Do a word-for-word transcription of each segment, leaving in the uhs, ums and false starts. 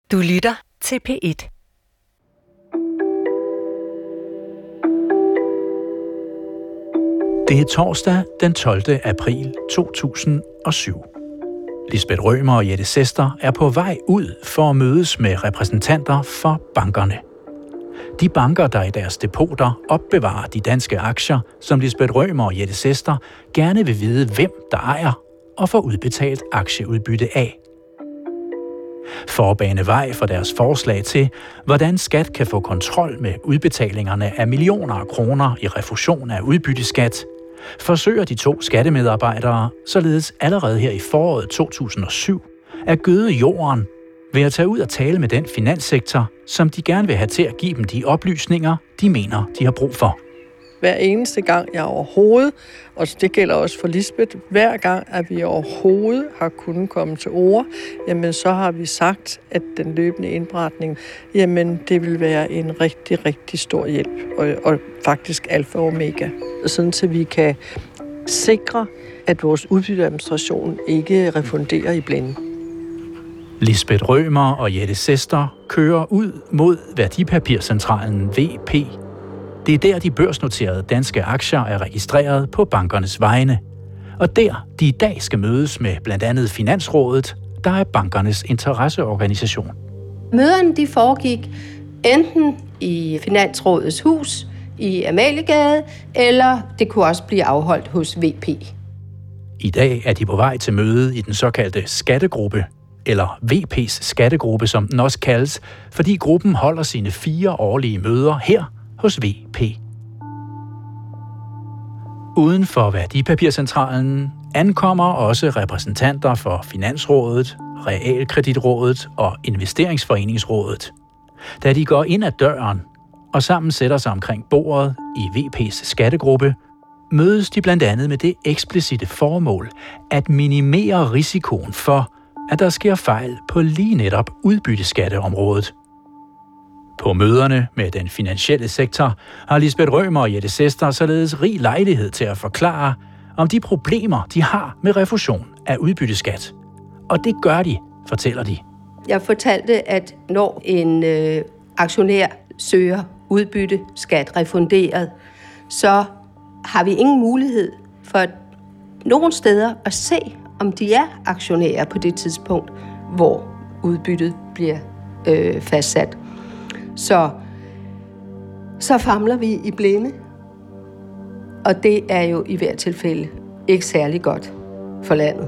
Du lytter til P et. Det er torsdag den tolvte april to tusind og syv. Lisbeth Rømer og Jette Sester er på vej ud for at mødes med repræsentanter for bankerne. De banker, der i deres depoter opbevarer de danske aktier, som Lisbeth Rømer og Jette Sester gerne vil vide, hvem der ejer og får udbetalt aktieudbytte af. For at bane vej for deres forslag til, hvordan skat kan få kontrol med udbetalingerne af millioner af kroner i refusion af udbytteskat, forsøger de to skattemedarbejdere således allerede her i foråret to tusind og syv at gøde jorden ved at tage ud og tale med den finanssektor, som de gerne vil have til at give dem de oplysninger, de mener, de har brug for. Hver eneste gang jeg overhovedet, og det gælder også for Lisbeth, hver gang at vi overhovedet har kunnet komme til ord, jamen så har vi sagt, at den løbende indberetning, jamen det vil være en rigtig, rigtig stor hjælp, og, og faktisk alfa og omega, sådan så vi kan sikre, at vores udbytteadministration ikke refunderer i blinde. Lisbeth Rømer og Jette Sester kører ud mod Værdipapircentralen V P. Det er der, de børsnoterede danske aktier er registreret på bankernes vegne. Og der, de i dag skal mødes med blandt andet Finansrådet, der er bankernes interesseorganisation. Møderne de foregik enten i Finansrådets hus i Amaliegade, eller det kunne også blive afholdt hos V P. I dag er de på vej til møde i den såkaldte skattegruppe, eller V P's skattegruppe, som den også kaldes, fordi gruppen holder sine fire årlige møder her hos V P. Uden for Værdipapircentralen ankommer også repræsentanter for Finansrådet, Realkreditrådet og Investeringsforeningsrådet. Da de går ind ad døren og sammen sætter sig omkring bordet i V P's skattegruppe, mødes de blandt andet med det eksplicite formål at minimere risikoen for, at der sker fejl på lige netop udbytteskatteområdet. På møderne med den finansielle sektor har Lisbeth Rømer og Jette Sester således rig lejlighed til at forklare om de problemer, de har med refusion af udbytteskat. Og det gør de, fortæller de. Jeg fortalte, at når en øh, aktionær søger udbytteskat refunderet, så har vi ingen mulighed for nogen steder at se, om de er aktionærer på det tidspunkt, hvor udbyttet bliver øh, fastsat. Så, så famler vi i blinde, og det er jo i hvert tilfælde ikke særlig godt for landet.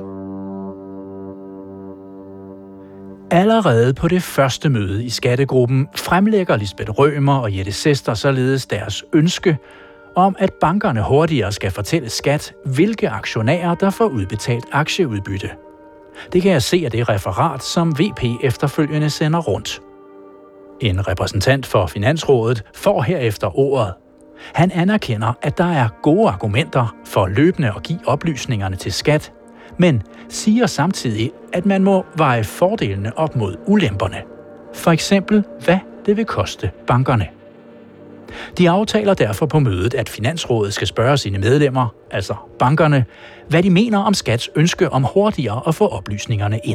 Allerede på det første møde i skattegruppen fremlægger Lisbeth Rømer og Jette Sester således deres ønske om, at bankerne hurtigere skal fortælle skat, hvilke aktionærer, der får udbetalt aktieudbytte. Det kan jeg se af det referat, som V P efterfølgende sender rundt. En repræsentant for Finansrådet får herefter ordet. Han anerkender, at der er gode argumenter for løbende at give oplysningerne til skat, men siger samtidig, at man må veje fordelene op mod ulemperne. For eksempel, hvad det vil koste bankerne. De aftaler derfor på mødet, at Finansrådet skal spørge sine medlemmer, altså bankerne, hvad de mener om skats ønske om hurtigere at få oplysningerne ind.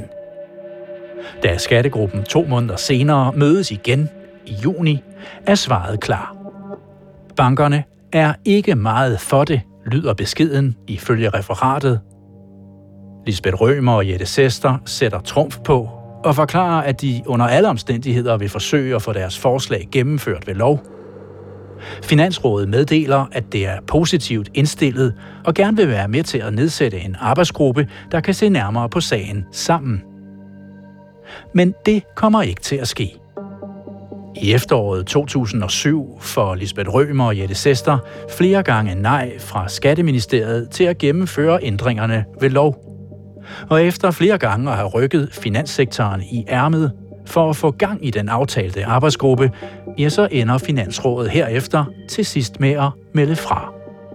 Da skattegruppen to måneder senere mødes igen i juni, er svaret klar. Bankerne er ikke meget for det, lyder beskeden ifølge referatet. Lisbeth Rømer og Jette Sester sætter trumf på og forklarer, at de under alle omstændigheder vil forsøge at få deres forslag gennemført ved lov. Finansrådet meddeler, at det er positivt indstillet og gerne vil være med til at nedsætte en arbejdsgruppe, der kan se nærmere på sagen sammen. Men det kommer ikke til at ske. I efteråret to tusind og syv får Lisbeth Rømer og Jette Sester flere gange nej fra Skatteministeriet til at gennemføre ændringerne ved lov. Og efter flere gange at have rykket finanssektoren i ærmet for at få gang i den aftalte arbejdsgruppe, ja, så ender Finansrådet herefter til sidst med at melde fra.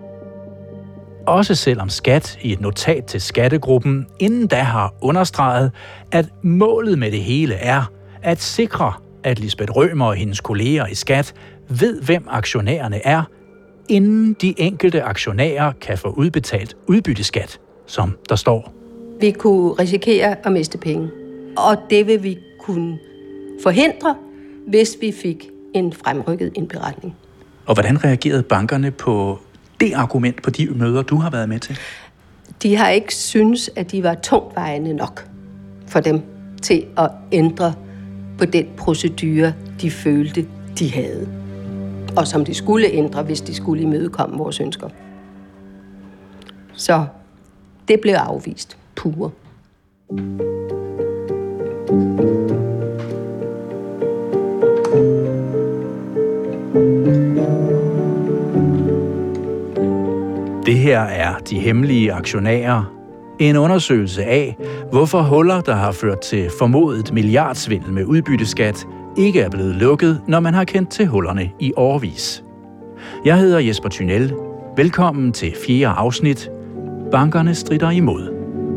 Også selvom Skat i et notat til skattegruppen inden da har understreget, at målet med det hele er at sikre, at Lisbeth Rømer og hendes kolleger i Skat ved, hvem aktionærerne er, inden de enkelte aktionærer kan få udbetalt udbytteskat, som der står. Vi kunne risikere at miste penge, og det vil vi kunne forhindre, hvis vi fik en fremrykket indberetning. Og hvordan reagerede bankerne på det argument på de møder, du har været med til? De har ikke syntes, at de var tungtvejende nok for dem til at ændre på den procedure, de følte, de havde. Og som de skulle ændre, hvis de skulle imødekomme vores ønsker. Så det blev afvist. Pure. Det her er De Hemmelige Aktionærer. En undersøgelse af, hvorfor huller, der har ført til formodet milliardsvindel med udbytteskat, ikke er blevet lukket, når man har kendt til hullerne i årevis. Jeg hedder Jesper Thynel. Velkommen til fjerde afsnit. Bankerne stritter imod.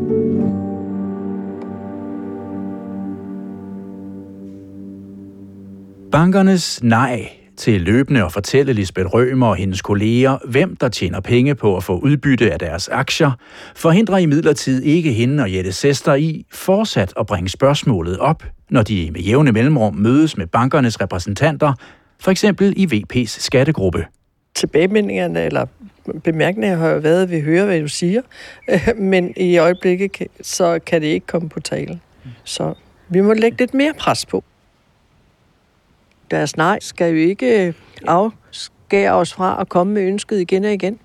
Bankernes nej til løbende at fortælle Lisbeth Rømer og hendes kolleger, hvem der tjener penge på at få udbytte af deres aktier, forhindrer imidlertid ikke hende og Jette Sester i fortsat at bringe spørgsmålet op, når de med jævne mellemrum mødes med bankernes repræsentanter, for eksempel i V P's skattegruppe. Tilbagemeldingerne eller bemærkninger har jo været, at vi hører, hvad du siger, men i øjeblikket så kan det ikke komme på tale. Så vi må lægge lidt mere pres på. Deres nej skal jo ikke afskære os fra at komme med ønsket igen og igen.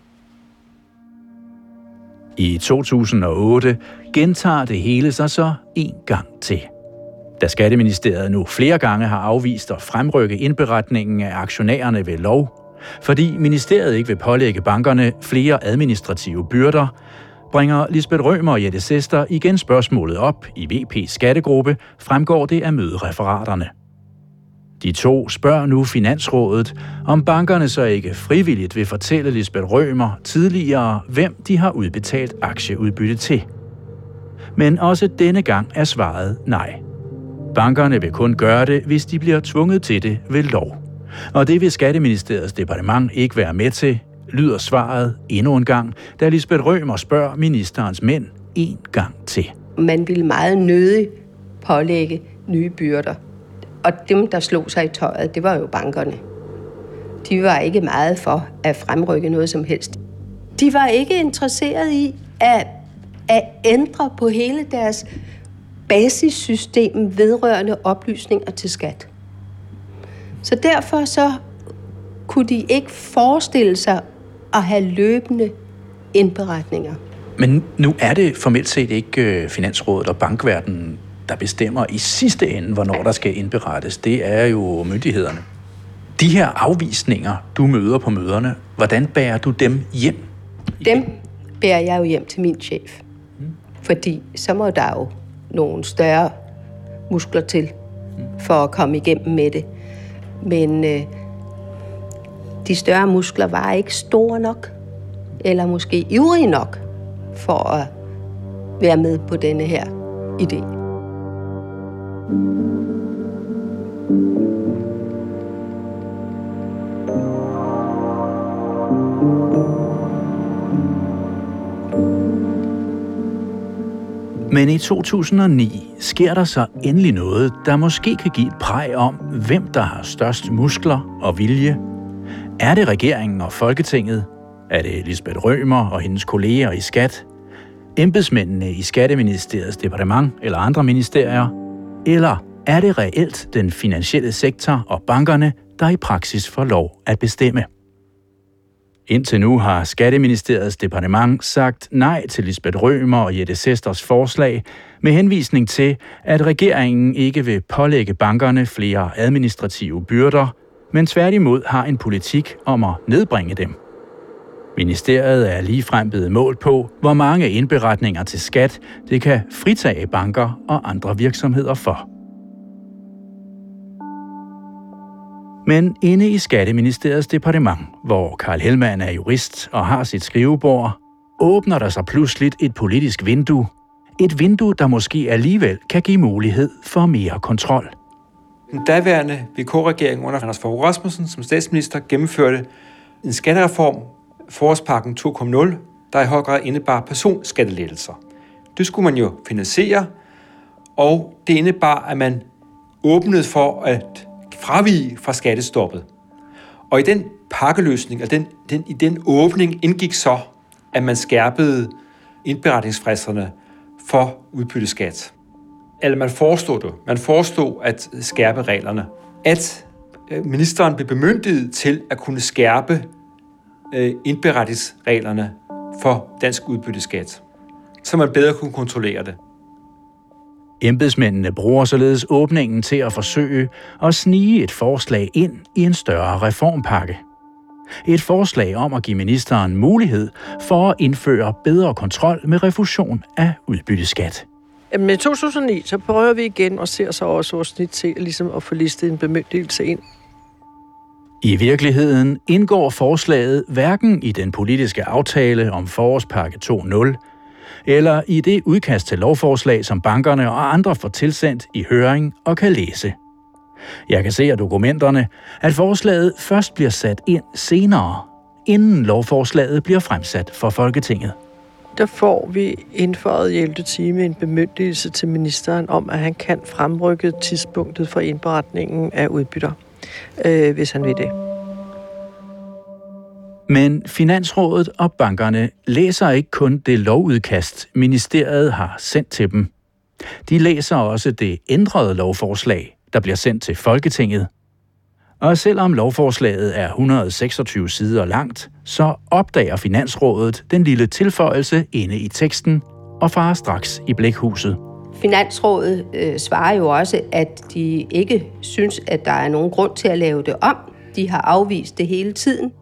I to tusind og otte gentager det hele sig så en gang til. Da Skatteministeriet nu flere gange har afvist at fremrykke indberetningen af aktionærerne ved lov, fordi ministeriet ikke vil pålægge bankerne flere administrative byrder, bringer Lisbeth Rømer og Jette Sester igen spørgsmålet op i V P's skattegruppe, fremgår det af mødereferaterne. De to spørger nu Finansrådet, om bankerne så ikke frivilligt vil fortælle Lisbeth Rømer tidligere, hvem de har udbetalt aktieudbytte til. Men også denne gang er svaret nej. Bankerne vil kun gøre det, hvis de bliver tvunget til det ved lov. Og det vil Skatteministeriets departement ikke være med til, lyder svaret endnu en gang, da Lisbeth Rømer spørger ministerens mænd en gang til. Man ville meget nødig pålægge nye byrder. Og dem, der slog sig i tøjet, det var jo bankerne. De var ikke meget for at fremrykke noget som helst. De var ikke interesseret i at, at ændre på hele deres basissystem vedrørende oplysninger til skat. Så derfor så kunne de ikke forestille sig at have løbende indberetninger. Men nu er det formelt set ikke Finansrådet og bankverdenen, der bestemmer i sidste ende, hvornår der skal indberettes. Det er jo myndighederne. De her afvisninger, du møder på møderne, hvordan bærer du dem hjem? Dem bærer jeg jo hjem til min chef. Mm. Fordi så må der jo nogle større muskler til for at komme igennem med det. Men øh, de større muskler var ikke store nok, eller måske ivrige nok, for at være med på denne her idé. Men i to tusind og ni sker der så endelig noget, der måske kan give et præg om, hvem der har størst muskler og vilje. Er det regeringen og Folketinget? Er det Lisbeth Rømer og hendes kolleger i skat? Embedsmændene i Skatteministeriets departement eller andre ministerier? Eller er det reelt den finansielle sektor og bankerne, der i praksis får lov at bestemme? Indtil nu har Skatteministeriets departement sagt nej til Lisbeth Rømer og Jette Sesters forslag med henvisning til, at regeringen ikke vil pålægge bankerne flere administrative byrder, men tværtimod har en politik om at nedbringe dem. Ministeriet er ligefrem blevet målt på, hvor mange indberetninger til skat det kan fritage banker og andre virksomheder for. Men inde i Skatteministeriets departement, hvor Karl Hellmann er jurist og har sit skrivebord, åbner der sig pludselig et politisk vindue. Et vindue, der måske alligevel kan give mulighed for mere kontrol. Den daværende V K-regering under Anders Fogh Rasmussen som statsminister gennemførte en skattereform, Forårspakken to punkt nul, der i høj grad indebar personskattelettelser. Det skulle man jo finansiere, og det indebar, at man åbnede for at fravige fra skattestoppet. Og i den pakkeløsning, og den, den, i den åbning indgik så, at man skærpede indberetningsfristerne for udbytteskat. Eller man foreslog det. Man foreslog at skærpe reglerne. At ministeren blev bemyndiget til at kunne skærpe indberetningsreglerne for dansk udbytteskat, så man bedre kunne kontrollere det. Embedsmændene bruger således åbningen til at forsøge at snige et forslag ind i en større reformpakke. Et forslag om at give ministeren mulighed for at indføre bedre kontrol med refusion af udbytteskat. Jamen, i to tusind og ni, så prøver vi igen og ser så også vores snit til ligesom at få listet en bemyndigelse ind. I virkeligheden indgår forslaget hverken i den politiske aftale om forårspakke to punkt nul, eller i det udkast til lovforslag, som bankerne og andre får tilsendt i høring og kan læse. Jeg kan se af dokumenterne, at forslaget først bliver sat ind senere, inden lovforslaget bliver fremsat for Folketinget. Der får vi indføjet i ellevte time en bemyndigelse til ministeren om, at han kan fremrykke tidspunktet for indberetningen af udbytter, øh, hvis han vil det. Men Finansrådet og bankerne læser ikke kun det lovudkast, ministeriet har sendt til dem. De læser også det ændrede lovforslag, der bliver sendt til Folketinget. Og selvom lovforslaget er et hundrede og seksogtyve sider langt, så opdager Finansrådet den lille tilføjelse inde i teksten og farer straks i blækhuset. Finansrådet øh, svarer jo også, at de ikke synes, at der er nogen grund til at lave det om. De har afvist det hele tiden.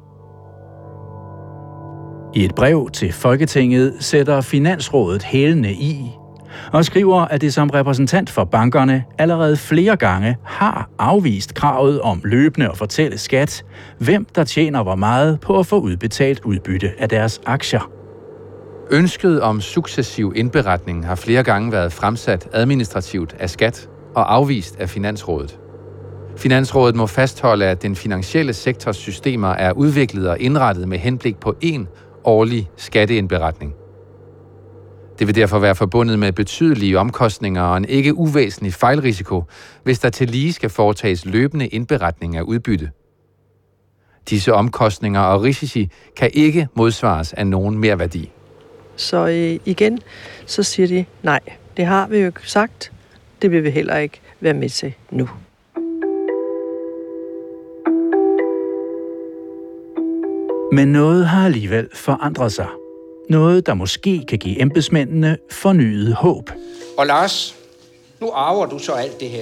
I et brev til Folketinget sætter Finansrådet hælene i og skriver, at det som repræsentant for bankerne allerede flere gange har afvist kravet om løbende at fortælle skat, hvem der tjener hvor meget på at få udbetalt udbytte af deres aktier. Ønsket om successiv indberetning har flere gange været fremsat administrativt af skat og afvist af Finansrådet. Finansrådet må fastholde, at den finansielle sektors systemer er udviklet og indrettet med henblik på én årlig skatteindberetning. Det vil derfor være forbundet med betydelige omkostninger og en ikke uvæsentlig fejlrisiko, hvis der til lige skal foretages løbende indberetning af udbytte. Disse omkostninger og risici kan ikke modsvares af nogen merværdi. Så øh, igen, så siger de, nej, det har vi jo ikke sagt, det vil vi heller ikke være med til nu. Men noget har alligevel forandret sig. Noget, der måske kan give embedsmændene fornyet håb. Og Lars, nu arver du så alt det her.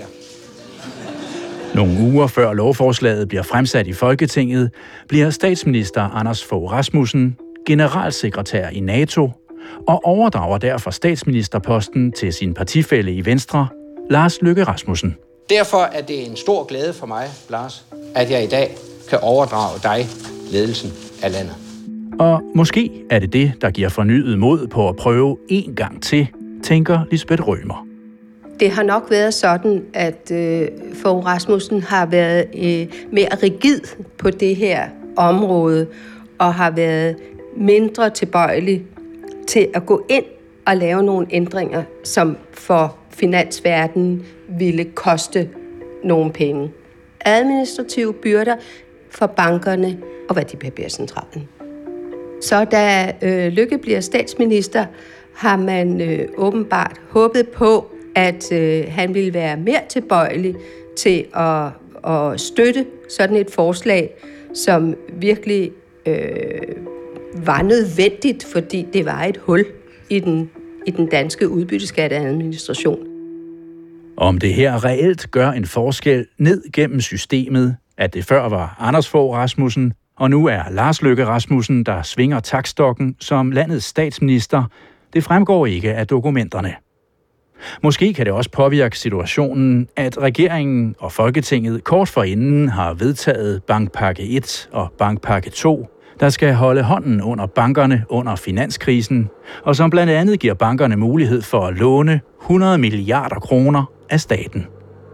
Nogle uger før lovforslaget bliver fremsat i Folketinget, bliver statsminister Anders Fogh Rasmussen generalsekretær i NATO og overdrager derfor statsministerposten til sin partifælle i Venstre, Lars Løkke Rasmussen. Derfor er det en stor glæde for mig, Lars, at jeg i dag kan overdrage dig ledelsen af landet. Og måske er det det, der giver fornyet mod på at prøve en gang til, tænker Lisbeth Rømer. Det har nok været sådan, at øh, Fogh Rasmussen har været øh, mere rigid på det her område, og har været mindre tilbøjelig til at gå ind og lave nogle ændringer, som for finansverdenen ville koste nogle penge. Administrative byrder for bankerne og Værdipapircentralen. Så da øh, Løkke bliver statsminister, har man øh, åbenbart håbet på, at øh, han ville være mere tilbøjelig til at, at støtte sådan et forslag, som virkelig øh, var nødvendigt, fordi det var et hul i den, i den danske udbytteskatteadministration. Om det her reelt gør en forskel ned gennem systemet, at det før var Anders Fogh Rasmussen, og nu er Lars Løkke Rasmussen, der svinger taktstokken som landets statsminister, det fremgår ikke af dokumenterne. Måske kan det også påvirke situationen, at regeringen og Folketinget kort forinden har vedtaget bankpakke et og bankpakke to, der skal holde hånden under bankerne under finanskrisen, og som blandt andet giver bankerne mulighed for at låne hundrede milliarder kroner af staten.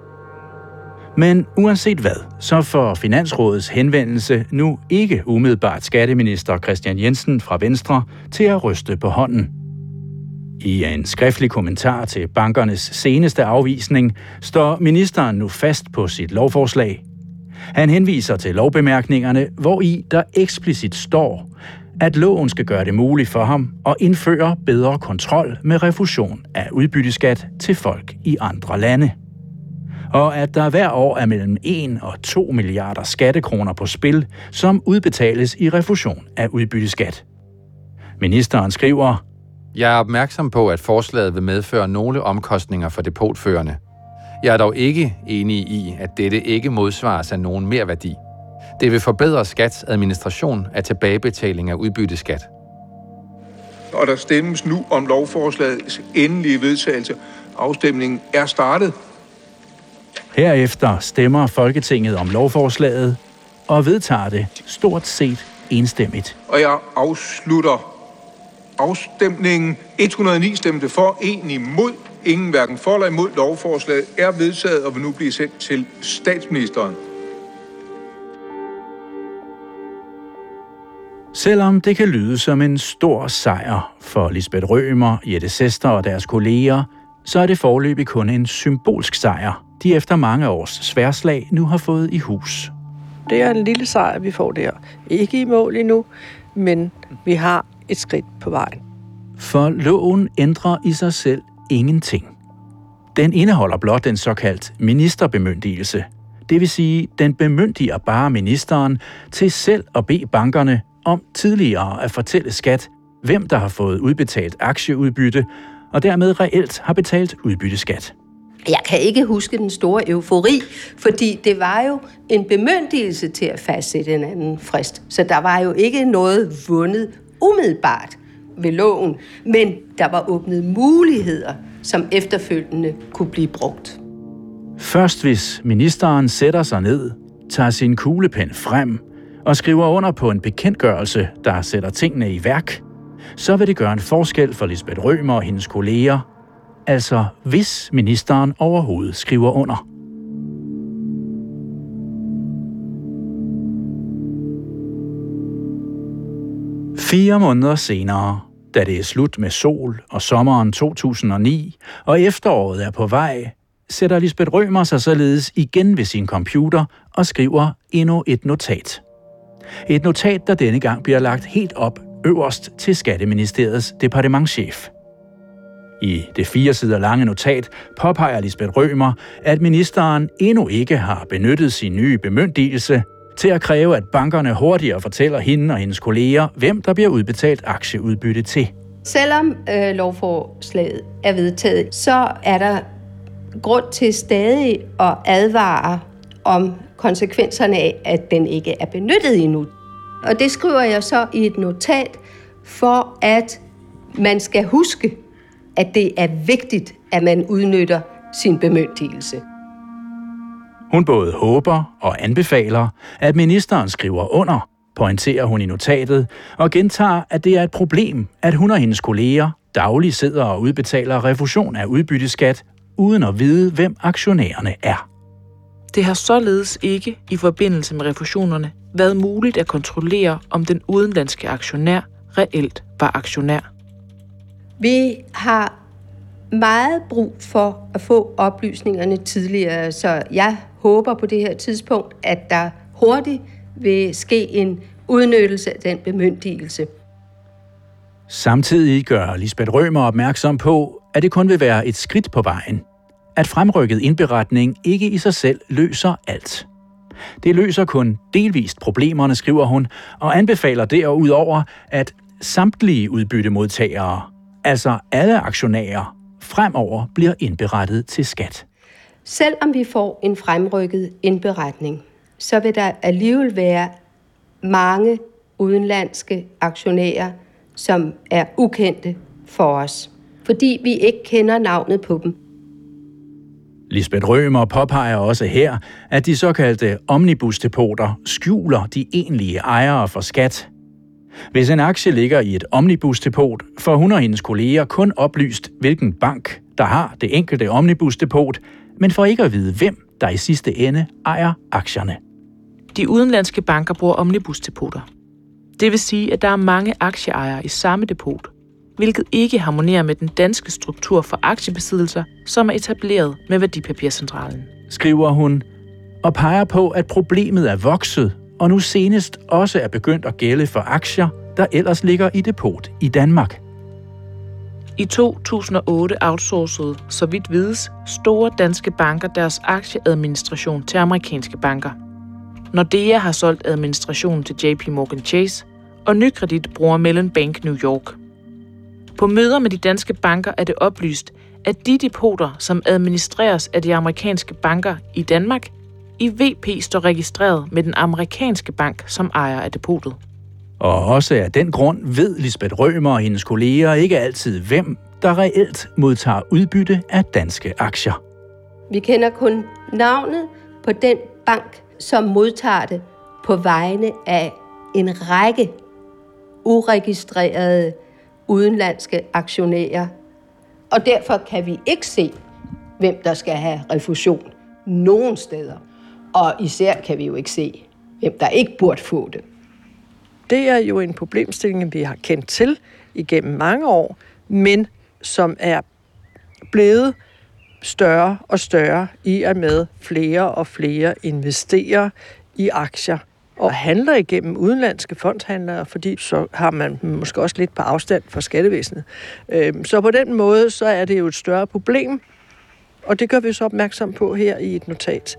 Men uanset hvad, så får Finansrådets henvendelse nu ikke umiddelbart skatteminister Kristian Jensen fra Venstre til at ryste på hånden. I en skriftlig kommentar til bankernes seneste afvisning står ministeren nu fast på sit lovforslag. Han henviser til lovbemærkningerne, hvori der eksplicit står, at loven skal gøre det muligt for ham at indføre bedre kontrol med refusion af udbytteskat til folk i andre lande. Og at der hver år er mellem en og to milliarder skattekroner på spil, som udbetales i refusion af udbytteskat. Ministeren skriver: Jeg er opmærksom på, at forslaget vil medføre nogle omkostninger for depotførerne. Jeg er dog ikke enig i, at dette ikke modsvares af nogen merværdi. Det vil forbedre skats administration af tilbagebetaling af udbytteskat. Og der stemmes nu om lovforslagets endelige vedtagelse. Afstemningen er startet. Herefter stemmer Folketinget om lovforslaget og vedtager det stort set enstemmigt. Og jeg afslutter afstemningen. et hundrede og ni stemte for, en imod. Ingen hverken for eller imod. Lovforslaget er vedtaget og vil nu blive sendt til statsministeren. Selvom det kan lyde som en stor sejr for Lisbeth Rømer, Jette Sester og deres kolleger, så er det foreløbig kun en symbolsk sejr, de efter mange års sværslag nu har fået i hus. Det er en lille sejr, vi får der. Ikke i mål endnu, men vi har et skridt på vejen. For loven ændrer i sig selv ingenting. Den indeholder blot en såkaldt ministerbemyndigelse. Det vil sige, den bemyndiger bare ministeren til selv at bede bankerne om tidligere at fortælle skat, hvem der har fået udbetalt aktieudbytte, og dermed reelt har betalt udbytteskat. Jeg kan ikke huske den store eufori, fordi det var jo en bemyndigelse til at fastsætte en anden frist. Så der var jo ikke noget vundet umiddelbart ved loven, men der var åbnet muligheder, som efterfølgende kunne blive brugt. Først hvis ministeren sætter sig ned, tager sin kuglepen frem og skriver under på en bekendtgørelse, der sætter tingene i værk, så vil det gøre en forskel for Lisbeth Rømer og hendes kolleger, altså hvis ministeren overhovedet skriver under. Fire måneder senere, da det er slut med sol og sommeren to tusind og ni, og efteråret er på vej, sætter Lisbeth Rømer sig således igen ved sin computer og skriver endnu et notat. Et notat, der denne gang bliver lagt helt op øverst til Skatteministeriets departementschef. I det fire sider lange notat påpeger Lisbeth Rømer, at ministeren endnu ikke har benyttet sin nye bemyndigelse til at kræve, at bankerne hurtigere fortæller hende og hendes kolleger, hvem der bliver udbetalt aktieudbytte til. Selvom øh, lovforslaget er vedtaget, så er der grund til stadig at advare om konsekvenserne af, at den ikke er benyttet endnu. Og det skriver jeg så i et notat, for at man skal huske, at det er vigtigt, at man udnytter sin bemyndigelse. Hun både håber og anbefaler, at ministeren skriver under, pointerer hun i notatet, og gentager, at det er et problem, at hun og hendes kolleger dagligt sidder og udbetaler refusion af udbytteskat, uden at vide, hvem aktionærerne er. Det har således ikke i forbindelse med refusionerne været muligt at kontrollere, om den udenlandske aktionær reelt var aktionær. Vi har meget brug for at få oplysningerne tidligere, så jeg håber på det her tidspunkt, at der hurtigt vil ske en udnyttelse af den bemyndigelse. Samtidig gør Lisbeth Rømer opmærksom på, at det kun vil være et skridt på vejen. At fremrykket indberetning ikke i sig selv løser alt. Det løser kun delvist problemerne, skriver hun, og anbefaler derudover, at samtlige udbyttemodtagere, altså alle aktionærer, fremover bliver indberettet til skat. Selvom vi får en fremrykket indberetning, så vil der alligevel være mange udenlandske aktionærer, som er ukendte for os, fordi vi ikke kender navnet på dem. Lisbeth Rømer påpeger også her, at de såkaldte omnibusdepoter skjuler de egentlige ejere for skat. Hvis en aktie ligger i et omnibusdepot, får hun og hendes kolleger kun oplyst, hvilken bank, der har det enkelte omnibusdepot, men får ikke at vide, hvem der i sidste ende ejer aktierne. De udenlandske banker bruger omnibusdepoter. Det vil sige, at der er mange aktieejere i samme depot, hvilket ikke harmonerer med den danske struktur for aktiebesiddelser, som er etableret med Værdipapircentralen. Skriver hun, og peger på, at problemet er vokset, og nu senest også er begyndt at gælde for aktier, der ellers ligger i depot i Danmark. I to tusind og otte outsourcede, så vidt vides, store danske banker deres aktieadministration til amerikanske banker. Nordea har solgt administrationen til J P Morgan Chase, og Nykredit bruger Mellon Bank New York. På møder med de danske banker er det oplyst, at de depoter, som administreres af de amerikanske banker i Danmark, i V P står registreret med den amerikanske bank, som ejer af depotet. Og også af den grund ved Lisbeth Rømer og hendes kolleger ikke altid, hvem der reelt modtager udbytte af danske aktier. Vi kender kun navnet på den bank, som modtager det på vegne af en række uregistrerede udenlandske aktionærer. Og derfor kan vi ikke se, hvem der skal have refusion nogen steder. Og især kan vi jo ikke se, hvem der ikke burde få det. Det er jo en problemstilling, vi har kendt til igennem mange år, men som er blevet større og større i og med flere og flere investerer i aktier og handler igennem udenlandske fondshandlere, fordi så har man måske også lidt på afstand fra skattevæsenet. Så på den måde, så er det jo et større problem, og det gør vi så opmærksom på her i et notat.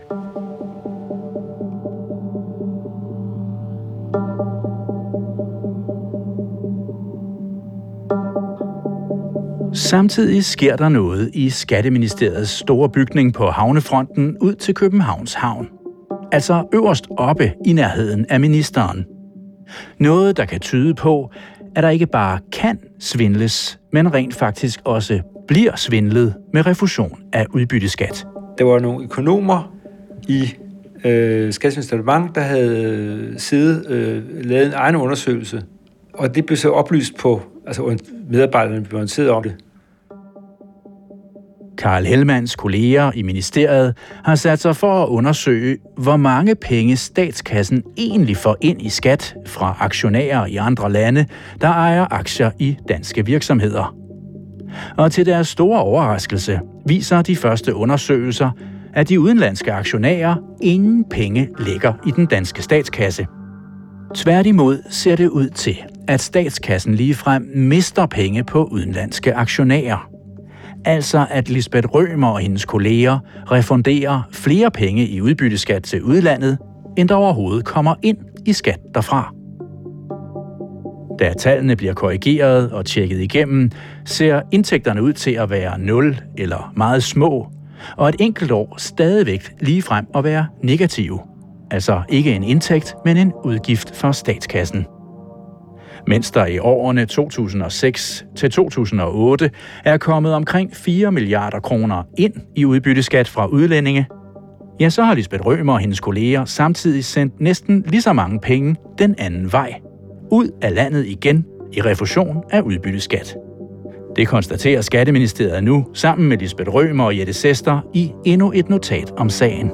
Samtidig sker der noget i Skatteministeriets store bygning på havnefronten ud til Københavns Havn. Altså øverst oppe i nærheden af ministeren. Noget, der kan tyde på, at der ikke bare kan svindles, men rent faktisk også bliver svindlet med refusion af udbytteskat. Der var nogle økonomer i øh, Skatteministeriet, der havde siddet øh, lavet en egen undersøgelse, og det blev så oplyst på, altså medarbejderne blev orienteret om det. Carl Hellmanns kolleger i ministeriet har sat sig for at undersøge, hvor mange penge statskassen egentlig får ind i skat fra aktionærer i andre lande, der ejer aktier i danske virksomheder. Og til deres store overraskelse viser de første undersøgelser, at de udenlandske aktionærer ingen penge lægger i den danske statskasse. Tværtimod ser det ud til, at statskassen ligefrem mister penge på udenlandske aktionærer. Altså at Lisbeth Rømer og hendes kolleger refunderer flere penge i udbytteskat til udlandet, end der overhovedet kommer ind i skat derfra. Da tallene bliver korrigeret og tjekket igennem, ser indtægterne ud til at være nul eller meget små, og et enkelt år stadigvæk ligefrem at være negative. Altså ikke en indtægt, men en udgift for statskassen. Mens der i årene to tusind og seks til to tusind og otte er kommet omkring fire milliarder kroner ind i udbytteskat fra udlændinge, ja, så har Lisbeth Rømer og hendes kolleger samtidig sendt næsten lige så mange penge den anden vej. Ud af landet igen i refusion af udbytteskat. Det konstaterer Skatteministeriet nu sammen med Lisbeth Rømer og Jette Sester i endnu et notat om sagen.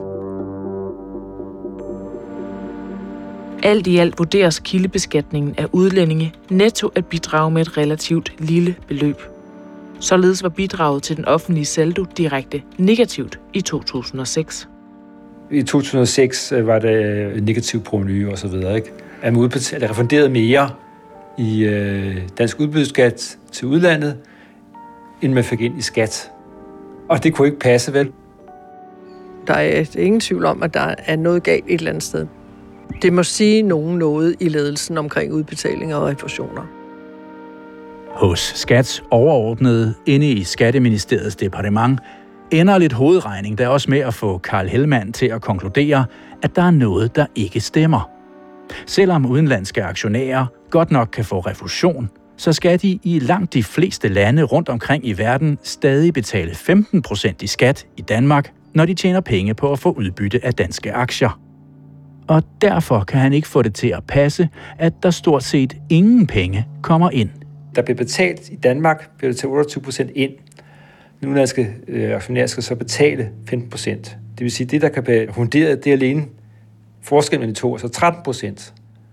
Alt i alt vurderes kildebeskatningen af udlændinge netto at bidrage med et relativt lille beløb. Således var bidraget til den offentlige saldo direkte negativt i to tusind og seks. I to tusind og seks var det negativ provenu og så videre, ikke? At man udbetalte, refunderede mere i øh, dansk udbytteskat til udlandet, end man fik ind i skat. Og det kunne ikke passe, vel? Der er ingen tvivl om, at der er noget galt et eller andet sted. Det må sige nogen noget i ledelsen omkring udbetalinger og refusioner. Hos Skats overordnede inde i Skatteministeriets departement ender lidt hovedregning der også med at få Carl Hellmann til at konkludere, at der er noget, der ikke stemmer. Selvom udenlandske aktionærer godt nok kan få refusion, så skal de i langt de fleste lande rundt omkring i verden stadig betale femten procent i skat i Danmark, når de tjener penge på at få udbytte af danske aktier. Og derfor kan han ikke få det til at passe, at der stort set ingen penge kommer ind. Der bliver betalt i Danmark, bliver det til otteogtyve procent ind. Den udenlandske øh, aktionærer skal så betale femten procent. Det vil sige, at det, der kan blive refunderet, det er alene forskellen mellem de to, altså tretten procent.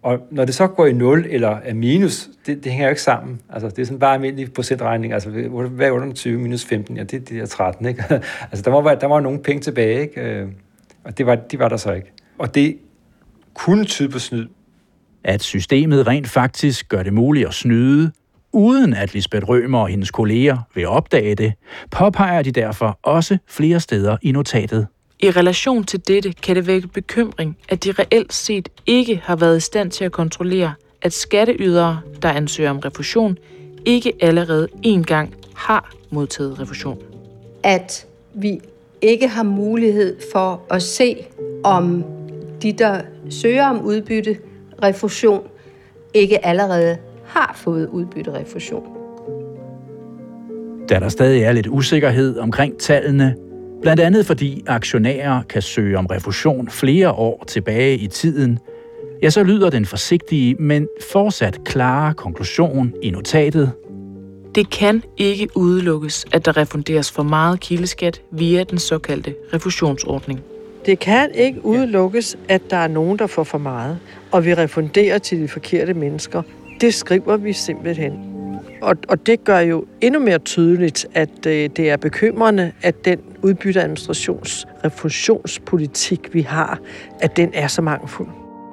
Og når det så går i nul eller er minus, det, det hænger jo ikke sammen. Altså, det er sådan bare almindelig procentregning. Altså, hvad er otteogtyve minus femten? Ja, det, det er tretten, ikke? Altså, der var, der var nogle penge tilbage, ikke? Og det var, de var der så ikke. Og det kunne tyde på snyd. At systemet rent faktisk gør det muligt at snyde, uden at Lisbeth Rømer og hendes kolleger vil opdage det, påpeger de derfor også flere steder i notatet. I relation til dette kan det vække bekymring, at de reelt set ikke har været i stand til at kontrollere, at skatteydere, der ansøger om refusion, ikke allerede én gang har modtaget refusion. At vi ikke har mulighed for at se, om de, der søger om udbytte refusion, ikke allerede har fået udbytte refusion. Da der stadig er lidt usikkerhed omkring tallene, blandt andet fordi aktionærer kan søge om refusion flere år tilbage i tiden, ja, så lyder den forsigtige, men fortsat klare konklusion i notatet. Det kan ikke udelukkes, at der refunderes for meget kildeskat via den såkaldte refusionsordning. Det kan ikke udelukkes, at der er nogen, der får for meget, og vi refunderer til de forkerte mennesker. Det skriver vi simpelthen. Og, og det gør jo endnu mere tydeligt, at øh, det er bekymrende, at den udbytteadministrations refusionspolitik, vi har, at den er så mangelfuld.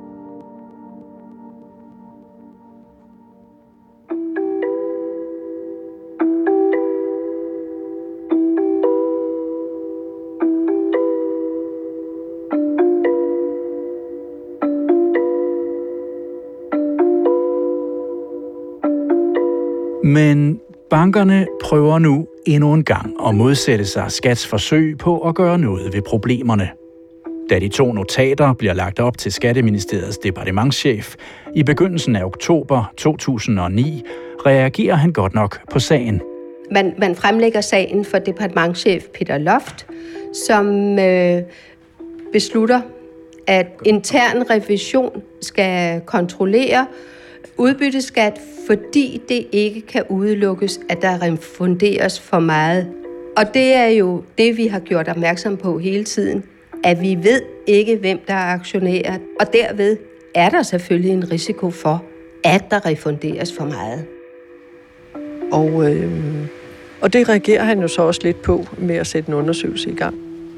Men bankerne prøver nu endnu en gang at modsætte sig Skats forsøg på at gøre noget ved problemerne. Da de to notater bliver lagt op til Skatteministeriets departementschef i begyndelsen af oktober to tusind og ni, reagerer han godt nok på sagen. Man, man fremlægger sagen for departementschef Peter Loft, som øh, beslutter, at intern revision skal kontrollere udbytteskat, fordi det ikke kan udelukkes, at der refunderes for meget. Og det er jo det, vi har gjort opmærksom på hele tiden, at vi ved ikke, hvem der er aktionærer, og derved er der selvfølgelig en risiko for, at der refunderes for meget. Og, øh, og det reagerer han jo så også lidt på med at sætte en undersøgelse i gang.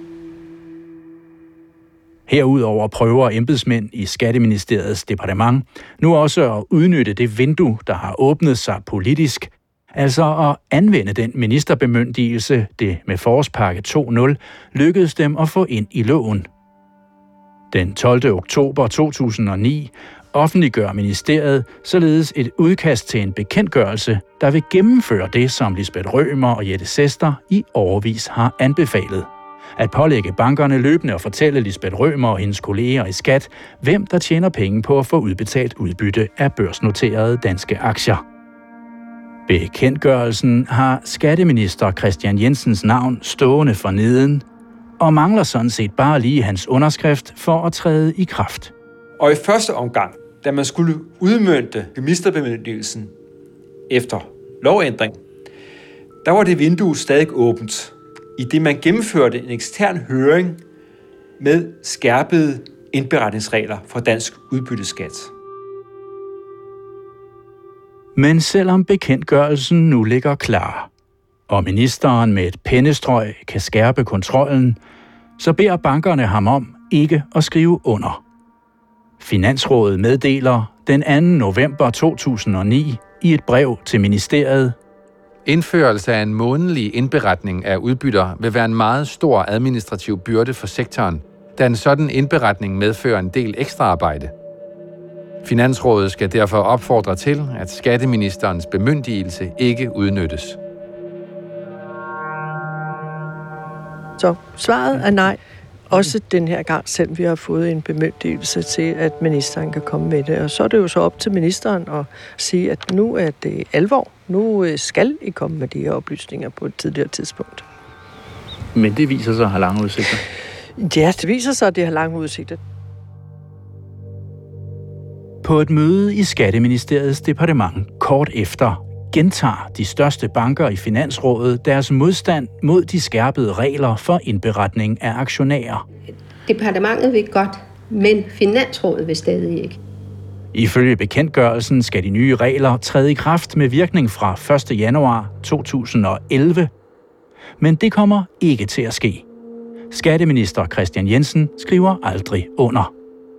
Herudover prøver embedsmænd i Skatteministeriets departement nu også at udnytte det vindue, der har åbnet sig politisk, altså at anvende den ministerbemyndigelse, det med forårspakke to punkt nul lykkedes dem at få ind i loven. Den tolvte oktober to tusind og ni offentliggør ministeriet således et udkast til en bekendtgørelse, der vil gennemføre det, som Lisbeth Rømer og Jette Sester i årevis har anbefalet. At pålægge bankerne løbende at fortælle Lisbeth Rømer og hendes kolleger i Skat, hvem der tjener penge på at få udbetalt udbytte af børsnoterede danske aktier. Bekendtgørelsen har skatteminister Kristian Jensens navn stående for neden, og mangler sådan set bare lige hans underskrift for at træde i kraft. Og i første omgang, da man skulle udmønte ministerbemyndigelsen efter lovændring, der var det vindue stadig åbent, i det man gennemførte en ekstern høring med skærpede indberetningsregler for dansk udbytteskat. Men selvom bekendtgørelsen nu ligger klar, og ministeren med et pennestrøg kan skærpe kontrollen, så beder bankerne ham om ikke at skrive under. Finansrådet meddeler den anden november to tusind og ni i et brev til ministeriet: Indførelse af en månedlig indberetning af udbytter vil være en meget stor administrativ byrde for sektoren, da en sådan indberetning medfører en del ekstraarbejde. Finansrådet skal derfor opfordre til, at skatteministerens bemyndigelse ikke udnyttes. Så svaret er nej. Også den her gang, selvom vi har fået en bemyndigelse til, at ministeren kan komme med det. Og så er det jo så op til ministeren at sige, at nu er det alvor. Nu skal I komme med de her oplysninger på et tidligere tidspunkt. Men det viser sig at have lange udsigter. Ja, det viser sig, at det har lange udsigter. På et møde i Skatteministeriets departement kort efter gentager de største banker i Finansrådet deres modstand mod de skærpede regler for indberetning af aktionærer. Departementet vil godt, men Finansrådet vil stadig ikke. Ifølge bekendtgørelsen skal de nye regler træde i kraft med virkning fra første januar to tusind og elleve. Men det kommer ikke til at ske. Skatteminister Kristian Jensen skriver aldrig under.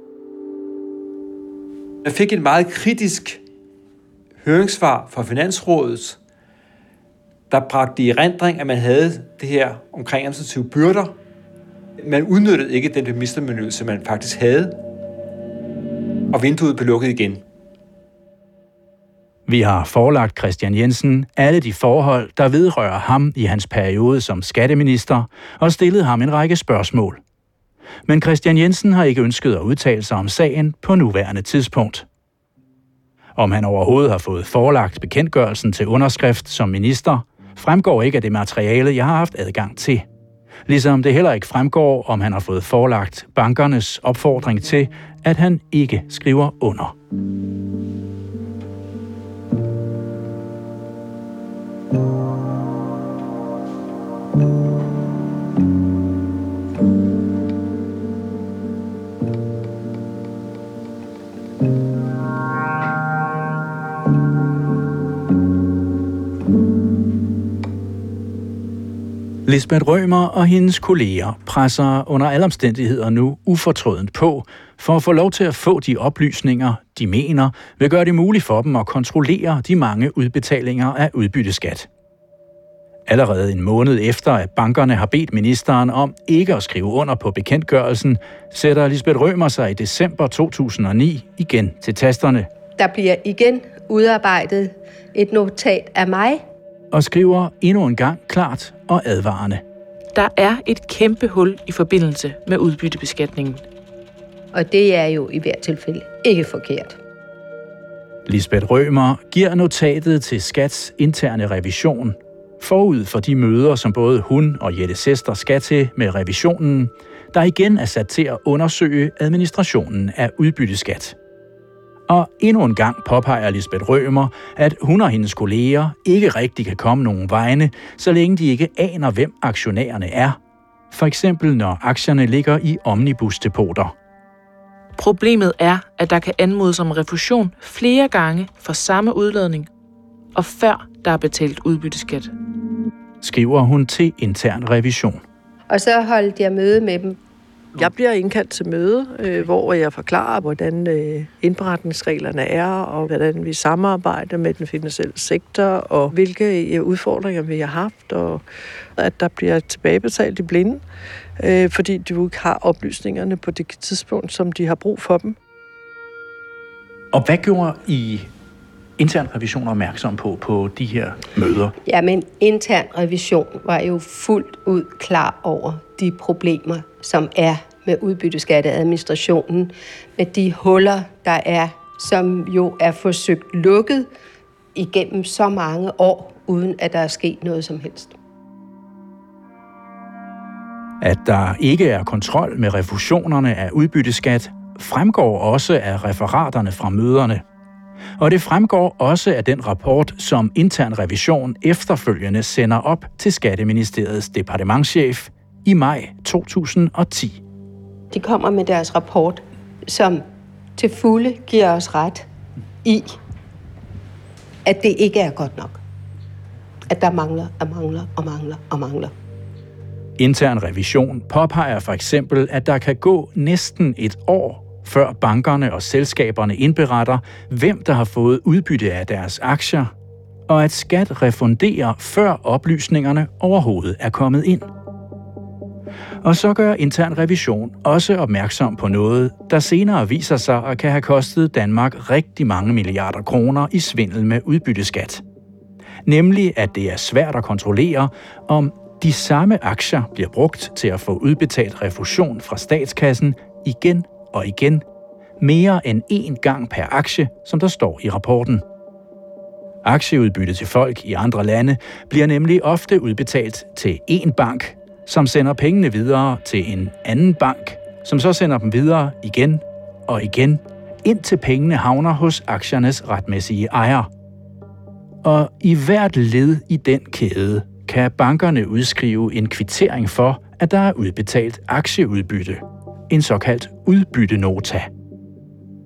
Jeg fik et meget kritisk høringssvar fra Finansrådet, der bragte i erindring, at man havde det her omkring administrative byrder. Man udnyttede ikke den ministerbemyndigelse, man faktisk havde, og vinduet blev lukket igen. Vi har forelagt Kristian Jensen alle de forhold, der vedrører ham i hans periode som skatteminister, og stillet ham en række spørgsmål. Men Kristian Jensen har ikke ønsket at udtale sig om sagen på nuværende tidspunkt. Om han overhovedet har fået forelagt bekendtgørelsen til underskrift som minister, fremgår ikke af det materiale, jeg har haft adgang til. Ligesom det heller ikke fremgår, om han har fået forelagt bankernes opfordring til, at han ikke skriver under. Lisbeth Rømer og hendes kolleger presser under alle omstændigheder nu ufortrødent på for at få lov til at få de oplysninger, de mener, vil gøre det muligt for dem at kontrollere de mange udbetalinger af udbytteskat. Allerede en måned efter, at bankerne har bedt ministeren om ikke at skrive under på bekendtgørelsen, sætter Lisbeth Rømer sig i december to tusind og ni igen til tasterne. Der bliver igen udarbejdet et notat af mig, og skriver endnu en gang klart og advarende. Der er et kæmpe hul i forbindelse med udbyttebeskatningen. Og det er jo i hvert tilfælde ikke forkert. Lisbeth Rømer giver notatet til Skats interne revision. Forud for de møder, som både hun og Jette Sester skal til med revisionen, der igen er sat til at undersøge administrationen af udbytteskat. Og endnu en gang påpeger Lisbeth Rømer, at hun og hendes kolleger ikke rigtig kan komme nogen vegne, så længe de ikke aner, hvem aktionærerne er. For eksempel når aktierne ligger i omnibusdepoter. Problemet er, at der kan anmodes om refusion flere gange for samme udladning, og før der er betalt udbytteskat. Skriver hun til intern revision. Og så holdt jeg møde med dem. Jeg bliver indkaldt til møde, øh, hvor jeg forklarer, hvordan øh, indberetningsreglerne er, og hvordan vi samarbejder med den finansielle sektor, og hvilke øh, udfordringer vi har haft, og at der bliver tilbagebetalt i blinde, øh, fordi du ikke har oplysningerne på det tidspunkt, som de har brug for dem. Og hvad gjorde I intern revision opmærksom på på de her møder? Jamen, intern revision var jo fuldt ud klar over de problemer, som er med udbytteskatteadministrationen, med de huller, der er, som jo er forsøgt lukket igennem så mange år, uden at der er sket noget som helst. At der ikke er kontrol med refusionerne af udbytteskat, fremgår også af referaterne fra møderne. Og det fremgår også af den rapport, som intern revision efterfølgende sender op til Skatteministeriets departementschef i maj to tusind og ti. De kommer med deres rapport, som til fulde giver os ret i, at det ikke er godt nok. At der mangler og mangler og mangler og mangler. Intern revision påpeger for eksempel, at der kan gå næsten et år, før bankerne og selskaberne indberetter, hvem der har fået udbytte af deres aktier, og at skat refunderer, før oplysningerne overhovedet er kommet ind. Og så gør intern revision også opmærksom på noget, der senere viser sig at kan have kostet Danmark rigtig mange milliarder kroner i svindel med udbytteskat. Nemlig, at det er svært at kontrollere, om de samme aktier bliver brugt til at få udbetalt refusion fra statskassen igen og igen, mere end én gang per aktie, som der står i rapporten. Aktieudbytte til folk i andre lande bliver nemlig ofte udbetalt til én bank, som sender pengene videre til en anden bank, som så sender dem videre igen og igen, indtil pengene havner hos aktiernes retmæssige ejer. Og i hvert led i den kæde kan bankerne udskrive en kvittering for, at der er udbetalt aktieudbytte, en såkaldt udbyttenota.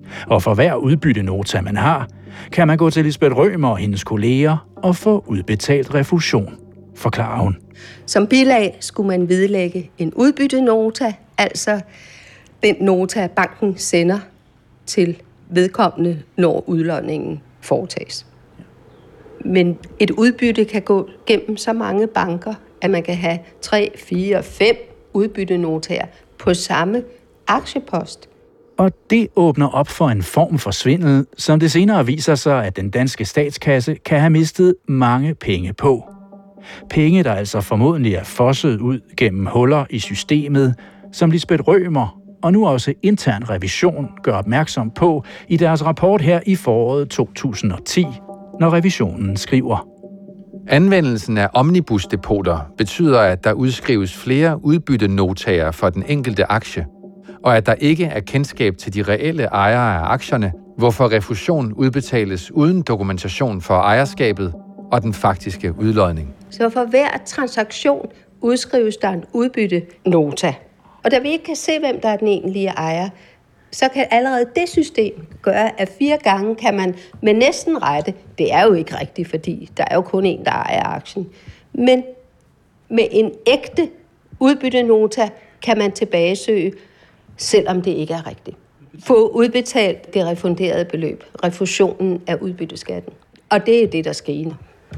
Og for hver udbyttenota, man har, kan man gå til Lisbeth Rømer og hendes kolleger og få udbetalt refusion, forklarer hun. Som bilag skulle man vedlægge en udbyttenota, altså den nota, banken sender til vedkommende, når udlodningen foretages. Men et udbytte kan gå gennem så mange banker, at man kan have tre, fire, fem udbyttenotaer på samme aktiepost. Og det åbner op for en form for svindel, som det senere viser sig, at den danske statskasse kan have mistet mange penge på. Penge, der altså formodentlig er fosset ud gennem huller i systemet, som Lisbeth Rømer og nu også intern revision gør opmærksom på i deres rapport her i foråret to tusind og ti, når revisionen skriver. Anvendelsen af omnibusdepoter betyder, at der udskrives flere udbyttenotaer for den enkelte aktie, og at der ikke er kendskab til de reelle ejere af aktierne, hvorfor refusion udbetales uden dokumentation for ejerskabet og den faktiske udlodning. Så for hver transaktion udskrives der en udbyttenota. Og da vi ikke kan se, hvem der er den egentlige ejer, så kan allerede det system gøre, at fire gange kan man med næsten rette, det er jo ikke rigtigt, fordi der er jo kun en, der ejer aktien, men med en ægte udbyttenota kan man tilbagesøge, selvom det ikke er rigtigt. Få udbetalt det refunderede beløb, refusionen af udbytteskatten. Og det er det, der sker.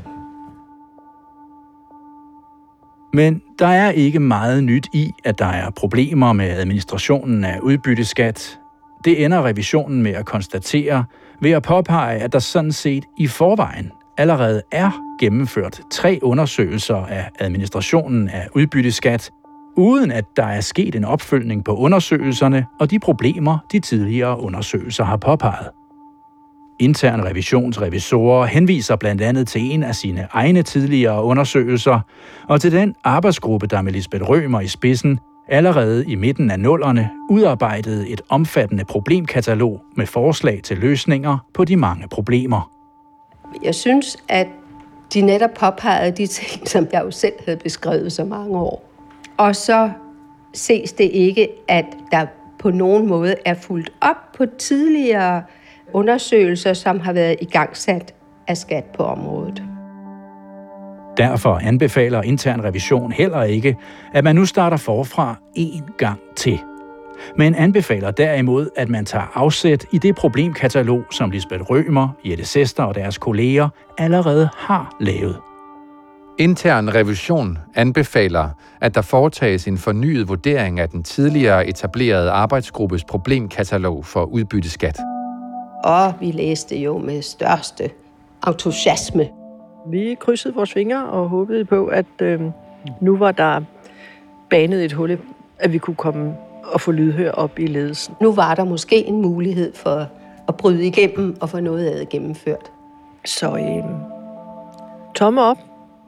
Men der er ikke meget nyt i, at der er problemer med administrationen af udbytteskat. Det ender revisionen med at konstatere ved at påpege, at der sådan set i forvejen allerede er gennemført tre undersøgelser af administrationen af udbytteskat, uden at der er sket en opfølgning på undersøgelserne og de problemer, de tidligere undersøgelser har påpeget. Intern revisionsrevisorer henviser blandt andet til en af sine egne tidligere undersøgelser, og til den arbejdsgruppe, der med Lisbeth Rømer i spidsen allerede i midten af nullerne udarbejdede et omfattende problemkatalog med forslag til løsninger på de mange problemer. Jeg synes, at de netop påpegede de ting, som jeg jo selv havde beskrevet så mange år. Og så ses det ikke, at der på nogen måde er fulgt op på tidligere undersøgelser, som har været igangsat af skat på området. Derfor anbefaler intern revision heller ikke, at man nu starter forfra en gang til. Men anbefaler derimod, at man tager afsæt i det problemkatalog, som Lisbeth Rømer, Jette Sester og deres kolleger allerede har lavet. Intern revision anbefaler, at der foretages en fornyet vurdering af den tidligere etablerede arbejdsgruppes problemkatalog for udbytteskat. Og vi læste jo med største entusiasme. Vi krydsede vores fingre og håbede på, at øh, nu var der banet et hul, at vi kunne komme og få lydhør op i ledelsen. Nu var der måske en mulighed for at bryde igennem og få noget af det gennemført. Så øh, tomme op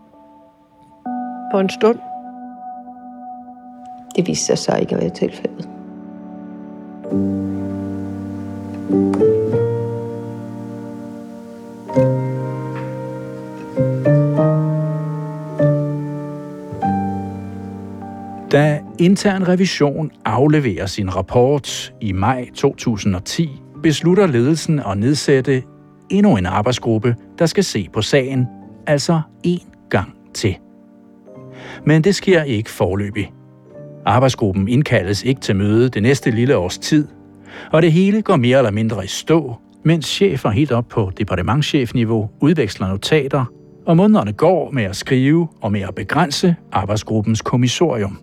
på en stund. Det viste sig så ikke at være tilfældet. Da intern revision afleverer sin rapport i maj to tusind og ti, beslutter ledelsen at nedsætte endnu en arbejdsgruppe, der skal se på sagen, altså én gang til. Men det sker ikke foreløbig. Arbejdsgruppen indkaldes ikke til møde det næste lille års tid, og det hele går mere eller mindre i stå, mens chefer helt op på departementschefniveau udveksler notater, og månederne går med at skrive og med at begrænse arbejdsgruppens kommissorium.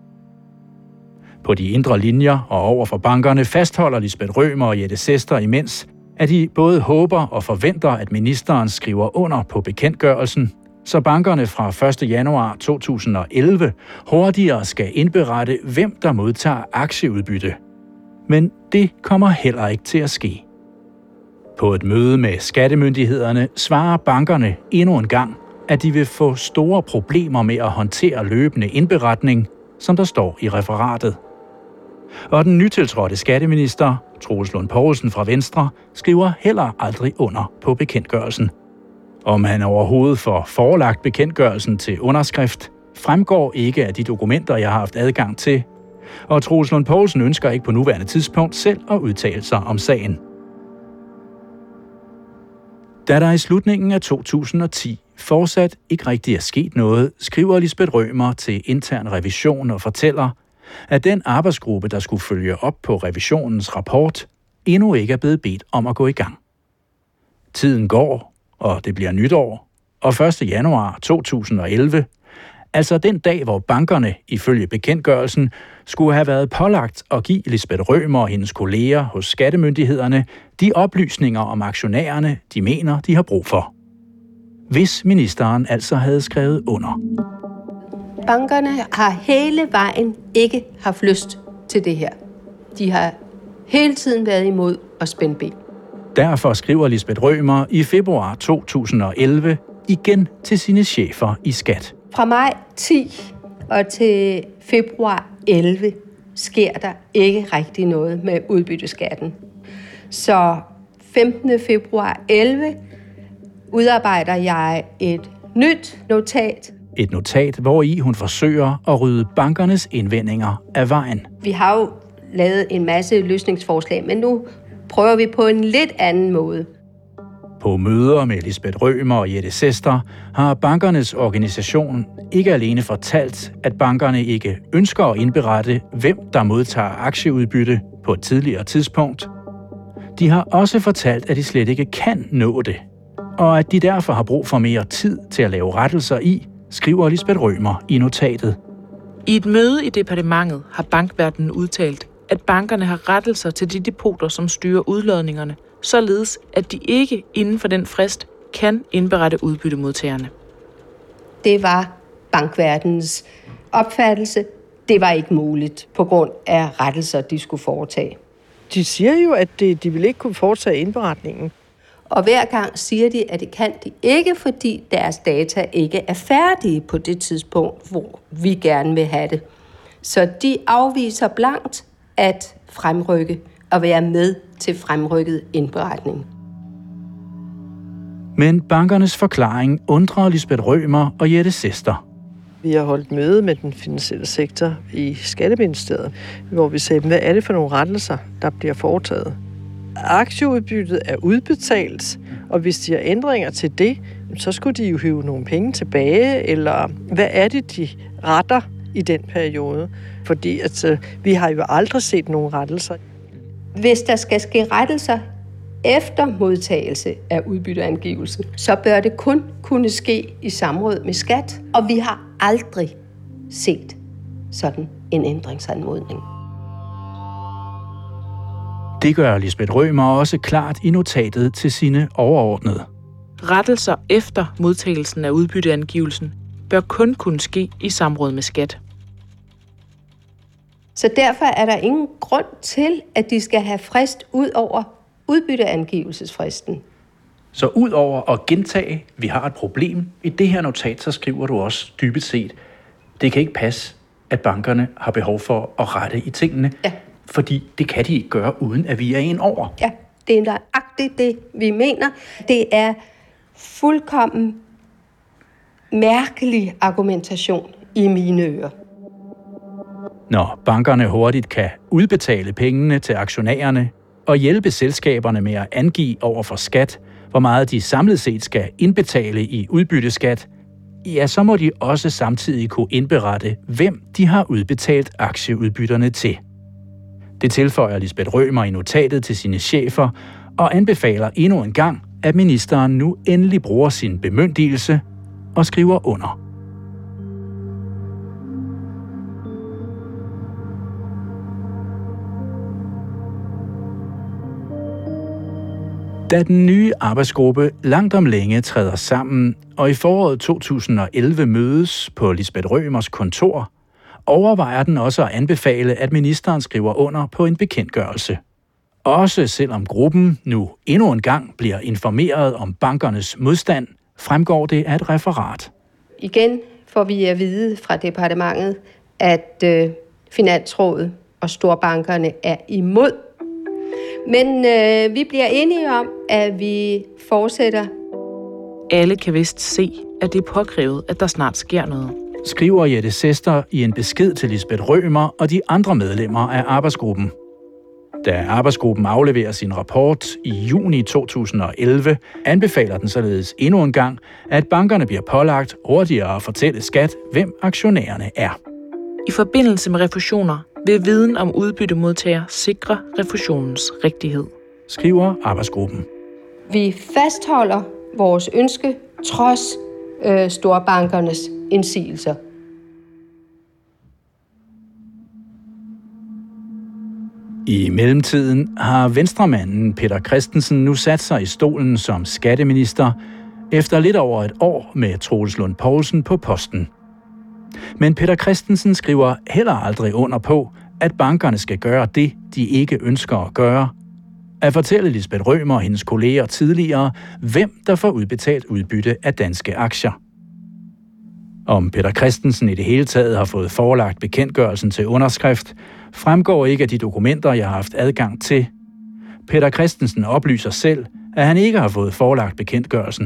På de indre linjer og over for bankerne fastholder Lisbeth Rømer og Jette Sester imens, at de både håber og forventer, at ministeren skriver under på bekendtgørelsen, så bankerne fra første januar to tusind og elleve hurtigere skal indberette, hvem der modtager aktieudbytte. Men det kommer heller ikke til at ske. På et møde med skattemyndighederne svarer bankerne endnu en gang, at de vil få store problemer med at håndtere løbende indberetning, som der står i referatet. Og den nytiltrådte skatteminister, Troels Lund Poulsen fra Venstre, skriver heller aldrig under på bekendtgørelsen. Om han overhovedet får forelagt bekendtgørelsen til underskrift, fremgår ikke af de dokumenter, jeg har haft adgang til. Og Troels Lund Poulsen ønsker ikke på nuværende tidspunkt selv at udtale sig om sagen. Da der i slutningen af to tusind og ti fortsat ikke rigtig er sket noget, skriver Lisbeth Rømer til intern revision og fortæller, at den arbejdsgruppe, der skulle følge op på revisionens rapport, endnu ikke er blevet bedt om at gå i gang. Tiden går, og det bliver nytår, og første januar to tusind og elleve, altså den dag, hvor bankerne, ifølge bekendtgørelsen, skulle have været pålagt at give Lisbeth Rømer og hendes kolleger hos skattemyndighederne de oplysninger om aktionærerne, de mener, de har brug for. Hvis ministeren altså havde skrevet under. Bankerne har hele vejen ikke haft lyst til det her. De har hele tiden været imod at spænde ben. Derfor skriver Lisbeth Rømer i februar to tusind og elleve igen til sine chefer i Skat. Fra maj ti og til februar elleve sker der ikke rigtig noget med udbytteskatten. Så femtende februar elleve udarbejder jeg et nyt notat. Et notat, hvori hun forsøger at rydde bankernes indvendinger af vejen. Vi har jo lavet en masse løsningsforslag, men nu prøver vi på en lidt anden måde. På møder med Lisbeth Rømer og Jette Sester har bankernes organisation ikke alene fortalt, at bankerne ikke ønsker at indberette, hvem der modtager aktieudbytte på et tidligere tidspunkt. De har også fortalt, at de slet ikke kan nå det, og at de derfor har brug for mere tid til at lave rettelser i, skriver Lisbeth Rømer i notatet. I et møde i departementet har bankverdenen udtalt, at bankerne har rettelser til de depoter, som styrer udlodningerne, således at de ikke inden for den frist kan indberette udbyttemodtagerne. Det var bankverdenens opfattelse. Det var ikke muligt på grund af rettelser, de skulle foretage. De siger jo, at de, de vil ikke kunne foretage indberetningen. Og hver gang siger de, at det kan de ikke, fordi deres data ikke er færdige på det tidspunkt, hvor vi gerne vil have det. Så de afviser blankt at fremrykke og være med til fremrykket indberetning. Men bankernes forklaring undrer Lisbeth Rømer og Jette Sester. Vi har holdt møde med den finansielle sektor i Skatteministeriet, hvor vi sagde, hvad er det for nogle rettelser, der bliver foretaget? Aktieudbyttet er udbetalt, og hvis de har ændringer til det, så skulle de jo hive nogle penge tilbage, eller hvad er det, de retter i den periode? Fordi altså, vi har jo aldrig set nogen rettelser. Hvis der skal ske rettelser efter modtagelse af udbytteangivelse, så bør det kun kunne ske i samråd med Skat, og vi har aldrig set sådan en ændringsanmodning. Det gør Lisbeth Rømer også klart i notatet til sine overordnede. Rettelser efter modtagelsen af udbytteangivelsen bør kun kunne ske i samråd med Skat. Så derfor er der ingen grund til, at de skal have frist ud over udbytteangivelsesfristen. Så ud over at gentage, vi har et problem, i det her notat, så skriver du også dybest set, det kan ikke passe, at bankerne har behov for at rette i tingene, ja. Fordi det kan de ikke gøre, uden at vi er en over. Ja, det er nøjagtigt det, vi mener. Det er fuldkommen mærkelig argumentation i mine ører. Når bankerne hurtigt kan udbetale pengene til aktionærerne og hjælpe selskaberne med at angive over for Skat, hvor meget de samlet set skal indbetale i udbytteskat, ja, så må de også samtidig kunne indberette, hvem de har udbetalt aktieudbytterne til. Det tilføjer Lisbeth Rømer i notatet til sine chefer og anbefaler endnu en gang, at ministeren nu endelig bruger sin bemyndigelse og skriver under. Da den nye arbejdsgruppe langt om længe træder sammen, og i foråret to tusind og elleve mødes på Lisbeth Rømers kontor, overvejer den også at anbefale, at ministeren skriver under på en bekendtgørelse. Også selvom gruppen nu endnu en gang bliver informeret om bankernes modstand, fremgår det af et referat. Igen får vi at vide fra departementet, at øh, Finansrådet og storbankerne er imod. Men øh, vi bliver enige om, at vi fortsætter. Alle kan vist se, at det er påkrævet, at der snart sker noget. Skriver Jette Sester i en besked til Lisbeth Rømer og de andre medlemmer af arbejdsgruppen. Da arbejdsgruppen afleverer sin rapport i juni to tusind og elleve, anbefaler den således endnu en gang, at bankerne bliver pålagt hurtigere at fortælle skat, hvem aktionærerne er. I forbindelse med refusioner vil viden om udbyttemodtager sikre refusionens rigtighed, skriver arbejdsgruppen. Vi fastholder vores ønske trods øh, storbankernes indsigelser. I mellemtiden har venstremanden Peter Christensen nu sat sig i stolen som skatteminister efter lidt over et år med Troels Lund Poulsen på posten. Men Peter Christensen skriver heller aldrig under på, at bankerne skal gøre det, de ikke ønsker at gøre. At fortælle Lisbeth Rømer og hendes kolleger tidligere, hvem der får udbetalt udbytte af danske aktier. Om Peter Christensen i det hele taget har fået forelagt bekendtgørelsen til underskrift, fremgår ikke af de dokumenter, jeg har haft adgang til. Peter Christensen oplyser selv, at han ikke har fået forelagt bekendtgørelsen.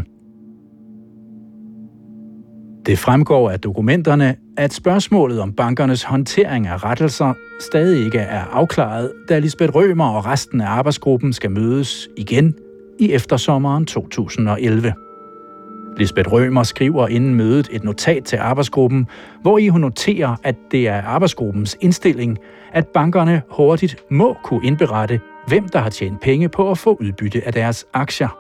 Det fremgår af dokumenterne, at spørgsmålet om bankernes håndtering af rettelser stadig ikke er afklaret, da Lisbeth Rømer og resten af arbejdsgruppen skal mødes igen i eftersommeren to tusind og elleve. Lisbeth Rømer skriver inden mødet et notat til arbejdsgruppen, hvori hun noterer, at det er arbejdsgruppens indstilling, at bankerne hurtigt må kunne indberette, hvem der har tjent penge på at få udbytte af deres aktier.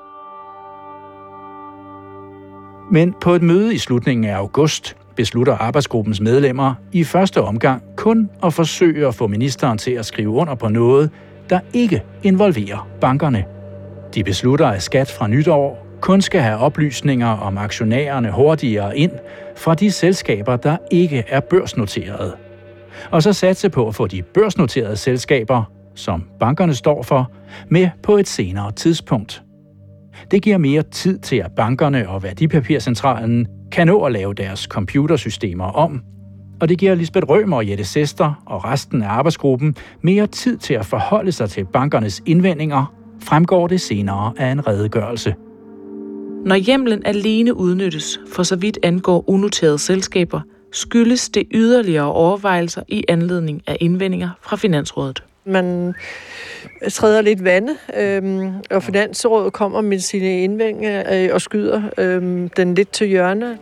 Men på et møde i slutningen af august beslutter arbejdsgruppens medlemmer i første omgang kun at forsøge at få ministeren til at skrive under på noget, der ikke involverer bankerne. De beslutter, at skat fra nytår kun skal have oplysninger om aktionærerne hurtigere ind fra de selskaber, der ikke er børsnoterede. Og så satse på at få de børsnoterede selskaber, som bankerne står for, med på et senere tidspunkt. Det giver mere tid til, at bankerne og Værdipapircentralen kan nå at lave deres computersystemer om, og det giver Lisbeth Rømer og Jette Sester og resten af arbejdsgruppen mere tid til at forholde sig til bankernes indvendinger, fremgår det senere af en redegørelse. Når hjemlen alene udnyttes for så vidt angår unoterede selskaber, skyldes det yderligere overvejelser i anledning af indvendinger fra Finansrådet. Man træder lidt vande, øhm, og Finansrådet kommer med sine indvendinger øh, og skyder øh, den lidt til hjørne.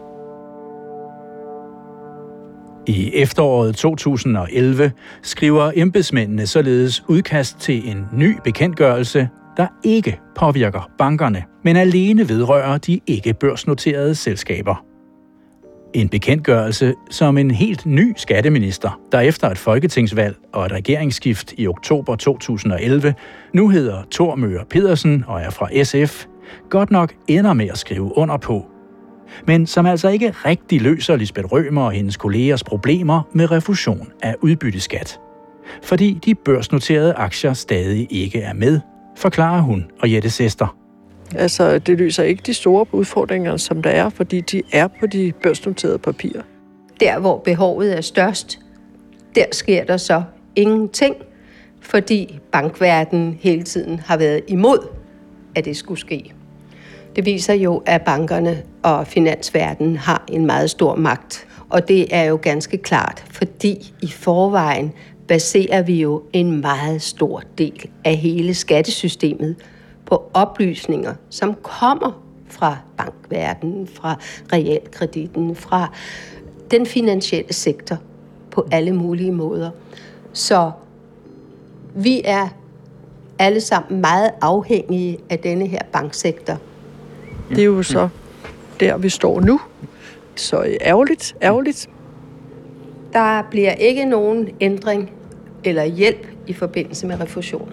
I efteråret to tusind og elleve skriver embedsmændene således udkast til en ny bekendtgørelse, der ikke påvirker bankerne, men alene vedrører de ikke børsnoterede selskaber. En bekendtgørelse som en helt ny skatteminister, der efter et folketingsvalg og et regeringsskift i oktober to tusind og elleve nu hedder Thor Möger Pedersen og er fra S F, godt nok ender med at skrive under på. Men som altså ikke rigtig løser Lisbeth Rømer og hendes kollegers problemer med refusion af udbytteskat. Fordi de børsnoterede aktier stadig ikke er med, forklarer hun og Jette Sester. Altså, det løser ikke de store udfordringer, som der er, fordi de er på de børsnoterede papirer. Der, hvor behovet er størst, der sker der så ingenting, fordi bankverdenen hele tiden har været imod, at det skulle ske. Det viser jo, at bankerne og finansverdenen har en meget stor magt. Og det er jo ganske klart, fordi i forvejen baserer vi jo en meget stor del af hele skattesystemet på oplysninger, som kommer fra bankverdenen, fra realkreditten, fra den finansielle sektor på alle mulige måder. Så vi er alle sammen meget afhængige af denne her banksektor. Det er jo så der, vi står nu. Så ærgerligt, ærgerligt. Der bliver ikke nogen ændring eller hjælp i forbindelse med refusioner.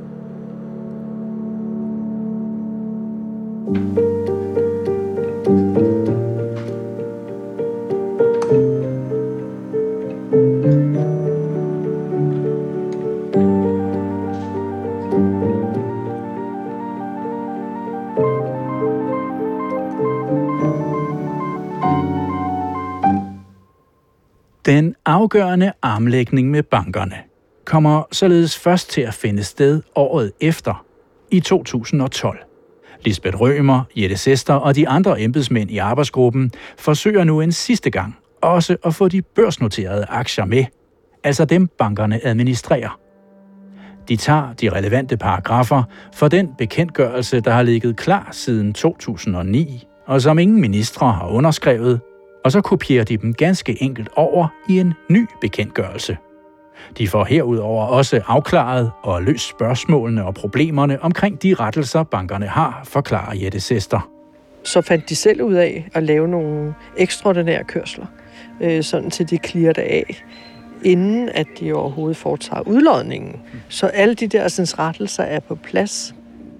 Den afgørende armlægning med bankerne kommer således først til at finde sted året efter, i to tusind og tolv. Lisbeth Rømer, Jette Sester og de andre embedsmænd i arbejdsgruppen forsøger nu en sidste gang også at få de børsnoterede aktier med, altså dem bankerne administrerer. De tager de relevante paragrafer for den bekendtgørelse, der har ligget klar siden to tusind og ni, og som ingen ministre har underskrevet, og så kopierer de dem ganske enkelt over i en ny bekendtgørelse. De får herudover også afklaret og løst spørgsmålene og problemerne omkring de rettelser, bankerne har, forklarer Jette Sester. Så fandt de selv ud af at lave nogle ekstraordinære kørsler, øh, sådan til de clearer det af, inden at de overhovedet foretager udlodningen. Så alle de der sådan, rettelser er på plads.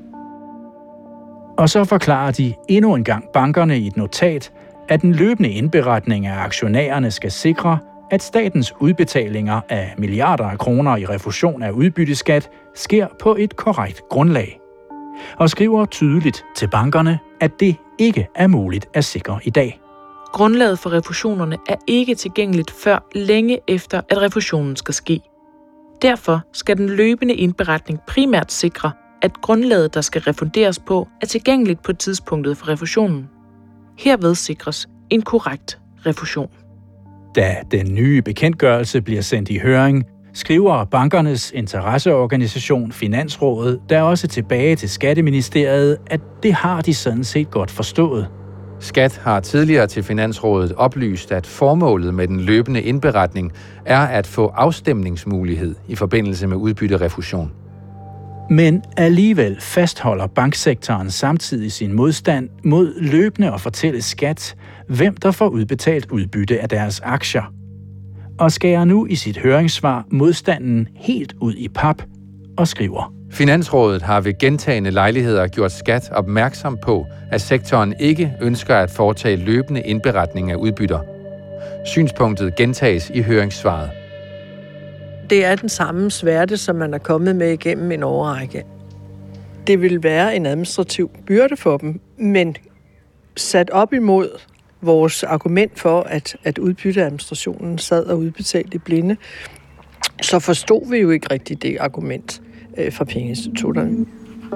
Og så forklarer de endnu en gang bankerne i et notat, at den løbende indberetning af aktionærerne skal sikre, at statens udbetalinger af milliarder af kroner i refusion af udbytteskat sker på et korrekt grundlag. Og skriver tydeligt til bankerne, at det ikke er muligt at sikre i dag. Grundlaget for refusionerne er ikke tilgængeligt før længe efter, at refusionen skal ske. Derfor skal den løbende indberetning primært sikre, at grundlaget, der skal refunderes på, er tilgængeligt på tidspunktet for refusionen. Herved sikres en korrekt refusion. Da den nye bekendtgørelse bliver sendt i høring, skriver bankernes interesseorganisation Finansrådet der også tilbage til Skatteministeriet, at det har de sådan set godt forstået. Skat har tidligere til Finansrådet oplyst, at formålet med den løbende indberetning er at få afstemningsmulighed i forbindelse med udbytterefusion. Men alligevel fastholder banksektoren samtidig sin modstand mod løbende at fortælle skat, hvem der får udbetalt udbytte af deres aktier. Og skærer nu i sit høringssvar modstanden helt ud i pap og skriver: Finansrådet har ved gentagne lejligheder gjort skat opmærksom på, at sektoren ikke ønsker at foretage løbende indberetning af udbytter. Synspunktet gentages i høringssvaret. Det er den samme sværte, som man er kommet med igennem en årrække. Det vil være en administrativ byrde for dem, men sat op imod vores argument for, at, at udbytteadministrationen sad og udbetalte i blinde, så forstod vi jo ikke rigtigt det argument øh, fra pengeinstitutterne.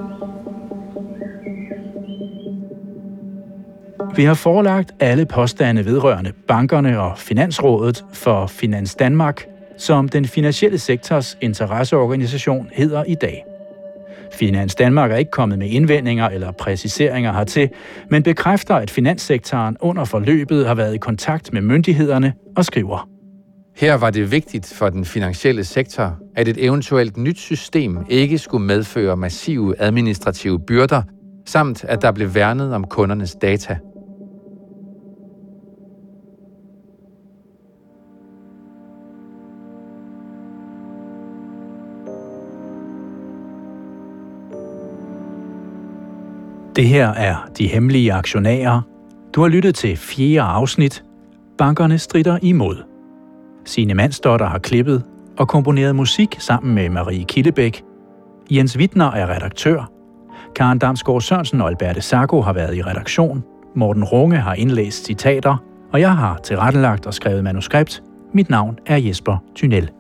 Vi har forelagt alle påstande vedrørende bankerne og Finansrådet for Finans Danmark, som den finansielle sektors interesseorganisation hedder i dag. Finans Danmark er ikke kommet med indvendinger eller præciseringer hertil, men bekræfter, at finanssektoren under forløbet har været i kontakt med myndighederne og skriver: Her var det vigtigt for den finansielle sektor, at et eventuelt nyt system ikke skulle medføre massive administrative byrder, samt at der blev værnet om kundernes data. Det her er De Hemmelige Aktionærer. Du har lyttet til fjerde afsnit. Bankerne stritter imod. Signe Mandsdotter har klippet og komponeret musik sammen med Marie Kildebæk. Jens Wittner er redaktør. Karen Damsgaard Sørensen og Alberte Sacco har været i redaktion. Morten Runge har indlæst citater, og jeg har tilrettelagt og skrevet manuskript. Mit navn er Jesper Thynel.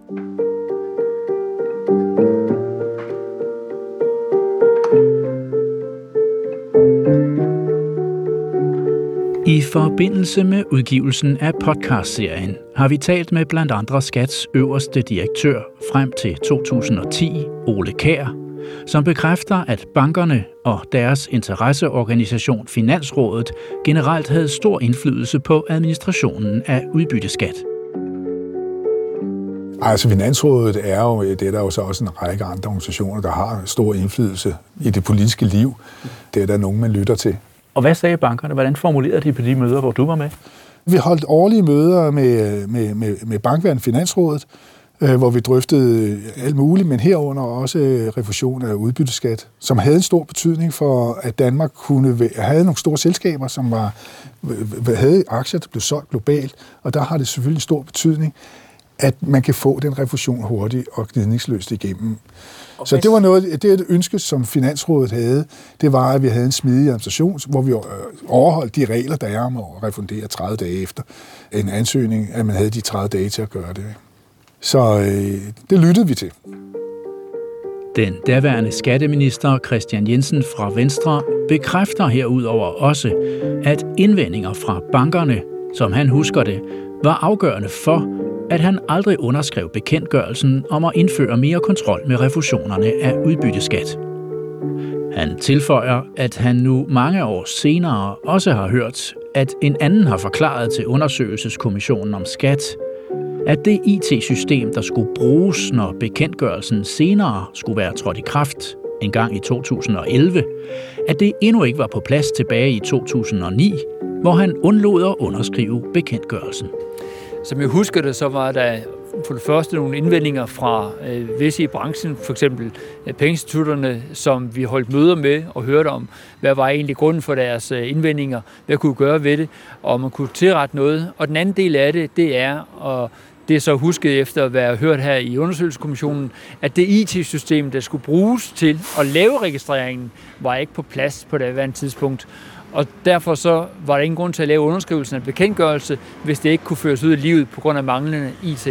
I forbindelse med udgivelsen af podcastserien har vi talt med blandt andre Skats øverste direktør frem til to tusind og ti, Ole Kjær, som bekræfter, at bankerne og deres interesseorganisation Finansrådet generelt havde stor indflydelse på administrationen af udbytteskat. Altså Finansrådet er jo, det er der jo så også en række andre organisationer, der har stor indflydelse i det politiske liv. Det er der nogen, man lytter til. Og hvad sagde bankerne? Hvordan formulerede de på de møder, hvor du var med? Vi holdt årlige møder med, med, med, med Bankværn Finansrådet, øh, hvor vi drøftede alt muligt, men herunder også refusion af udbytteskat, som havde en stor betydning for, at Danmark kunne havde nogle store selskaber, som var, havde aktier, der blev solgt globalt, og der har det selvfølgelig en stor betydning, at man kan få den refusion hurtigt og gnidningsløst igennem. Så det var noget, det er et ønske, som Finansrådet havde. Det var, at vi havde en smidig administration, hvor vi overholdt de regler, der er om at refundere tredive dage efter en ansøgning, at man havde de tredive dage til at gøre det. Så øh, det lyttede vi til. Den daværende skatteminister Kristian Jensen fra Venstre bekræfter herudover også, at indvendinger fra bankerne, som han husker det, var afgørende for, at han aldrig underskrev bekendtgørelsen om at indføre mere kontrol med refusionerne af udbytteskat. Han tilføjer, at han nu mange år senere også har hørt, at en anden har forklaret til undersøgelseskommissionen om skat, at det I T-system, der skulle bruges, når bekendtgørelsen senere skulle være trådt i kraft en gang i to tusind og elleve, at det endnu ikke var på plads tilbage i to tusind og ni, hvor han undlod at underskrive bekendtgørelsen. Som jeg husker det, så var der for det første nogle indvendinger fra øh, visse i branchen, for eksempel øh, pengeinstitutterne, som vi holdt møder med og hørte om, hvad var egentlig grunden for deres øh, indvendinger, hvad kunne gøre ved det, og man kunne tilrette noget. Og den anden del af det, det er, og det er så husket efter at være hørt her i undersøgelseskommissionen, at det I T-system, der skulle bruges til at lave registreringen, var ikke på plads på det andet tidspunkt. Og derfor så var der ingen grund til at lave underskrivelsen af bekendtgørelse, hvis det ikke kunne føres ud i livet på grund af manglende I T.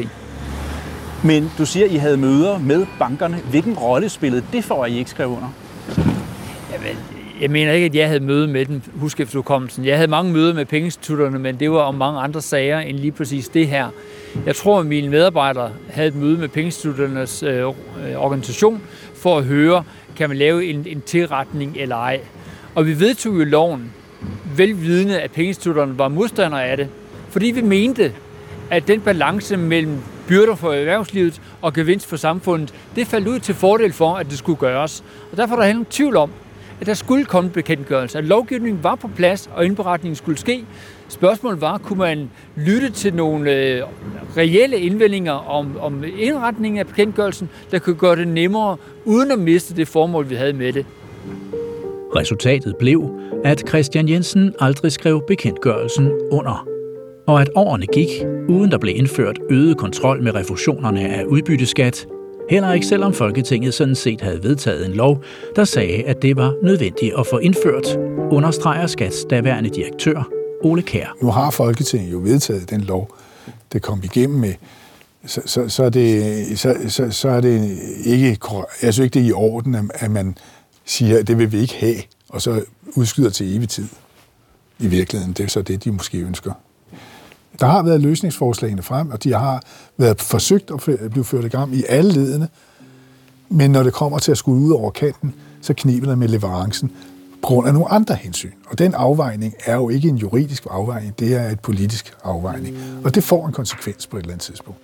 Men du siger, at I havde møder med bankerne. Hvilken rolle spillede det for, at I ikke skrev under? Jamen, jeg mener ikke, at jeg havde møde med den, husk efter udkommelsen. Jeg havde mange møder med pengeinstitutterne, men det var om mange andre sager end lige præcis det her. Jeg tror, at mine medarbejdere havde et møde med pengeinstitutternes øh, organisation for at høre, kan man lave en, en tilretning eller ej. Og vi vedtog jo loven, velvidende, at pengeinstitutterne var modstandere af det, fordi vi mente, at den balance mellem byrder for erhvervslivet og gevinst for samfundet, det faldt ud til fordel for, at det skulle gøres. Og derfor er der heller ingen tvivl om, at der skulle komme bekendtgørelse, at lovgivningen var på plads, og indberetningen skulle ske. Spørgsmålet var, kunne man lytte til nogle øh, reelle indvendinger om, om indretningen af bekendtgørelsen, der kunne gøre det nemmere, uden at miste det formål, vi havde med det. Resultatet blev, at Christian Jensen aldrig skrev bekendtgørelsen under, og at årene gik, uden der blev indført øget kontrol med refusionerne af udbytteskat, heller ikke selvom Folketinget sådan set havde vedtaget en lov, der sagde, at det var nødvendigt at få indført, understreger Skats daværende direktør, Ole Kjær. Nu har Folketinget jo vedtaget den lov, det kom igennem med, så, så, så, er, det, så, så, så er det ikke, jeg synes ikke, det er i orden, at man siger, at det vil vi ikke have, og så udskyder til evig tid. I virkeligheden, det er så det, de måske ønsker. Der har været løsningsforslagene frem, og de har været forsøgt at blive ført i gang i alle ledene, men når det kommer til at skulle ud over kanten, så kniber det med leverancen på grund af nogle andre hensyn. Og den afvejning er jo ikke en juridisk afvejning, det er et politisk afvejning. Og det får en konsekvens på et eller andet tidspunkt.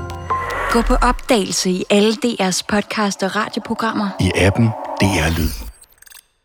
Gå på opdagelse i alle D R's podcast og radioprogrammer. I appen D R Lyd.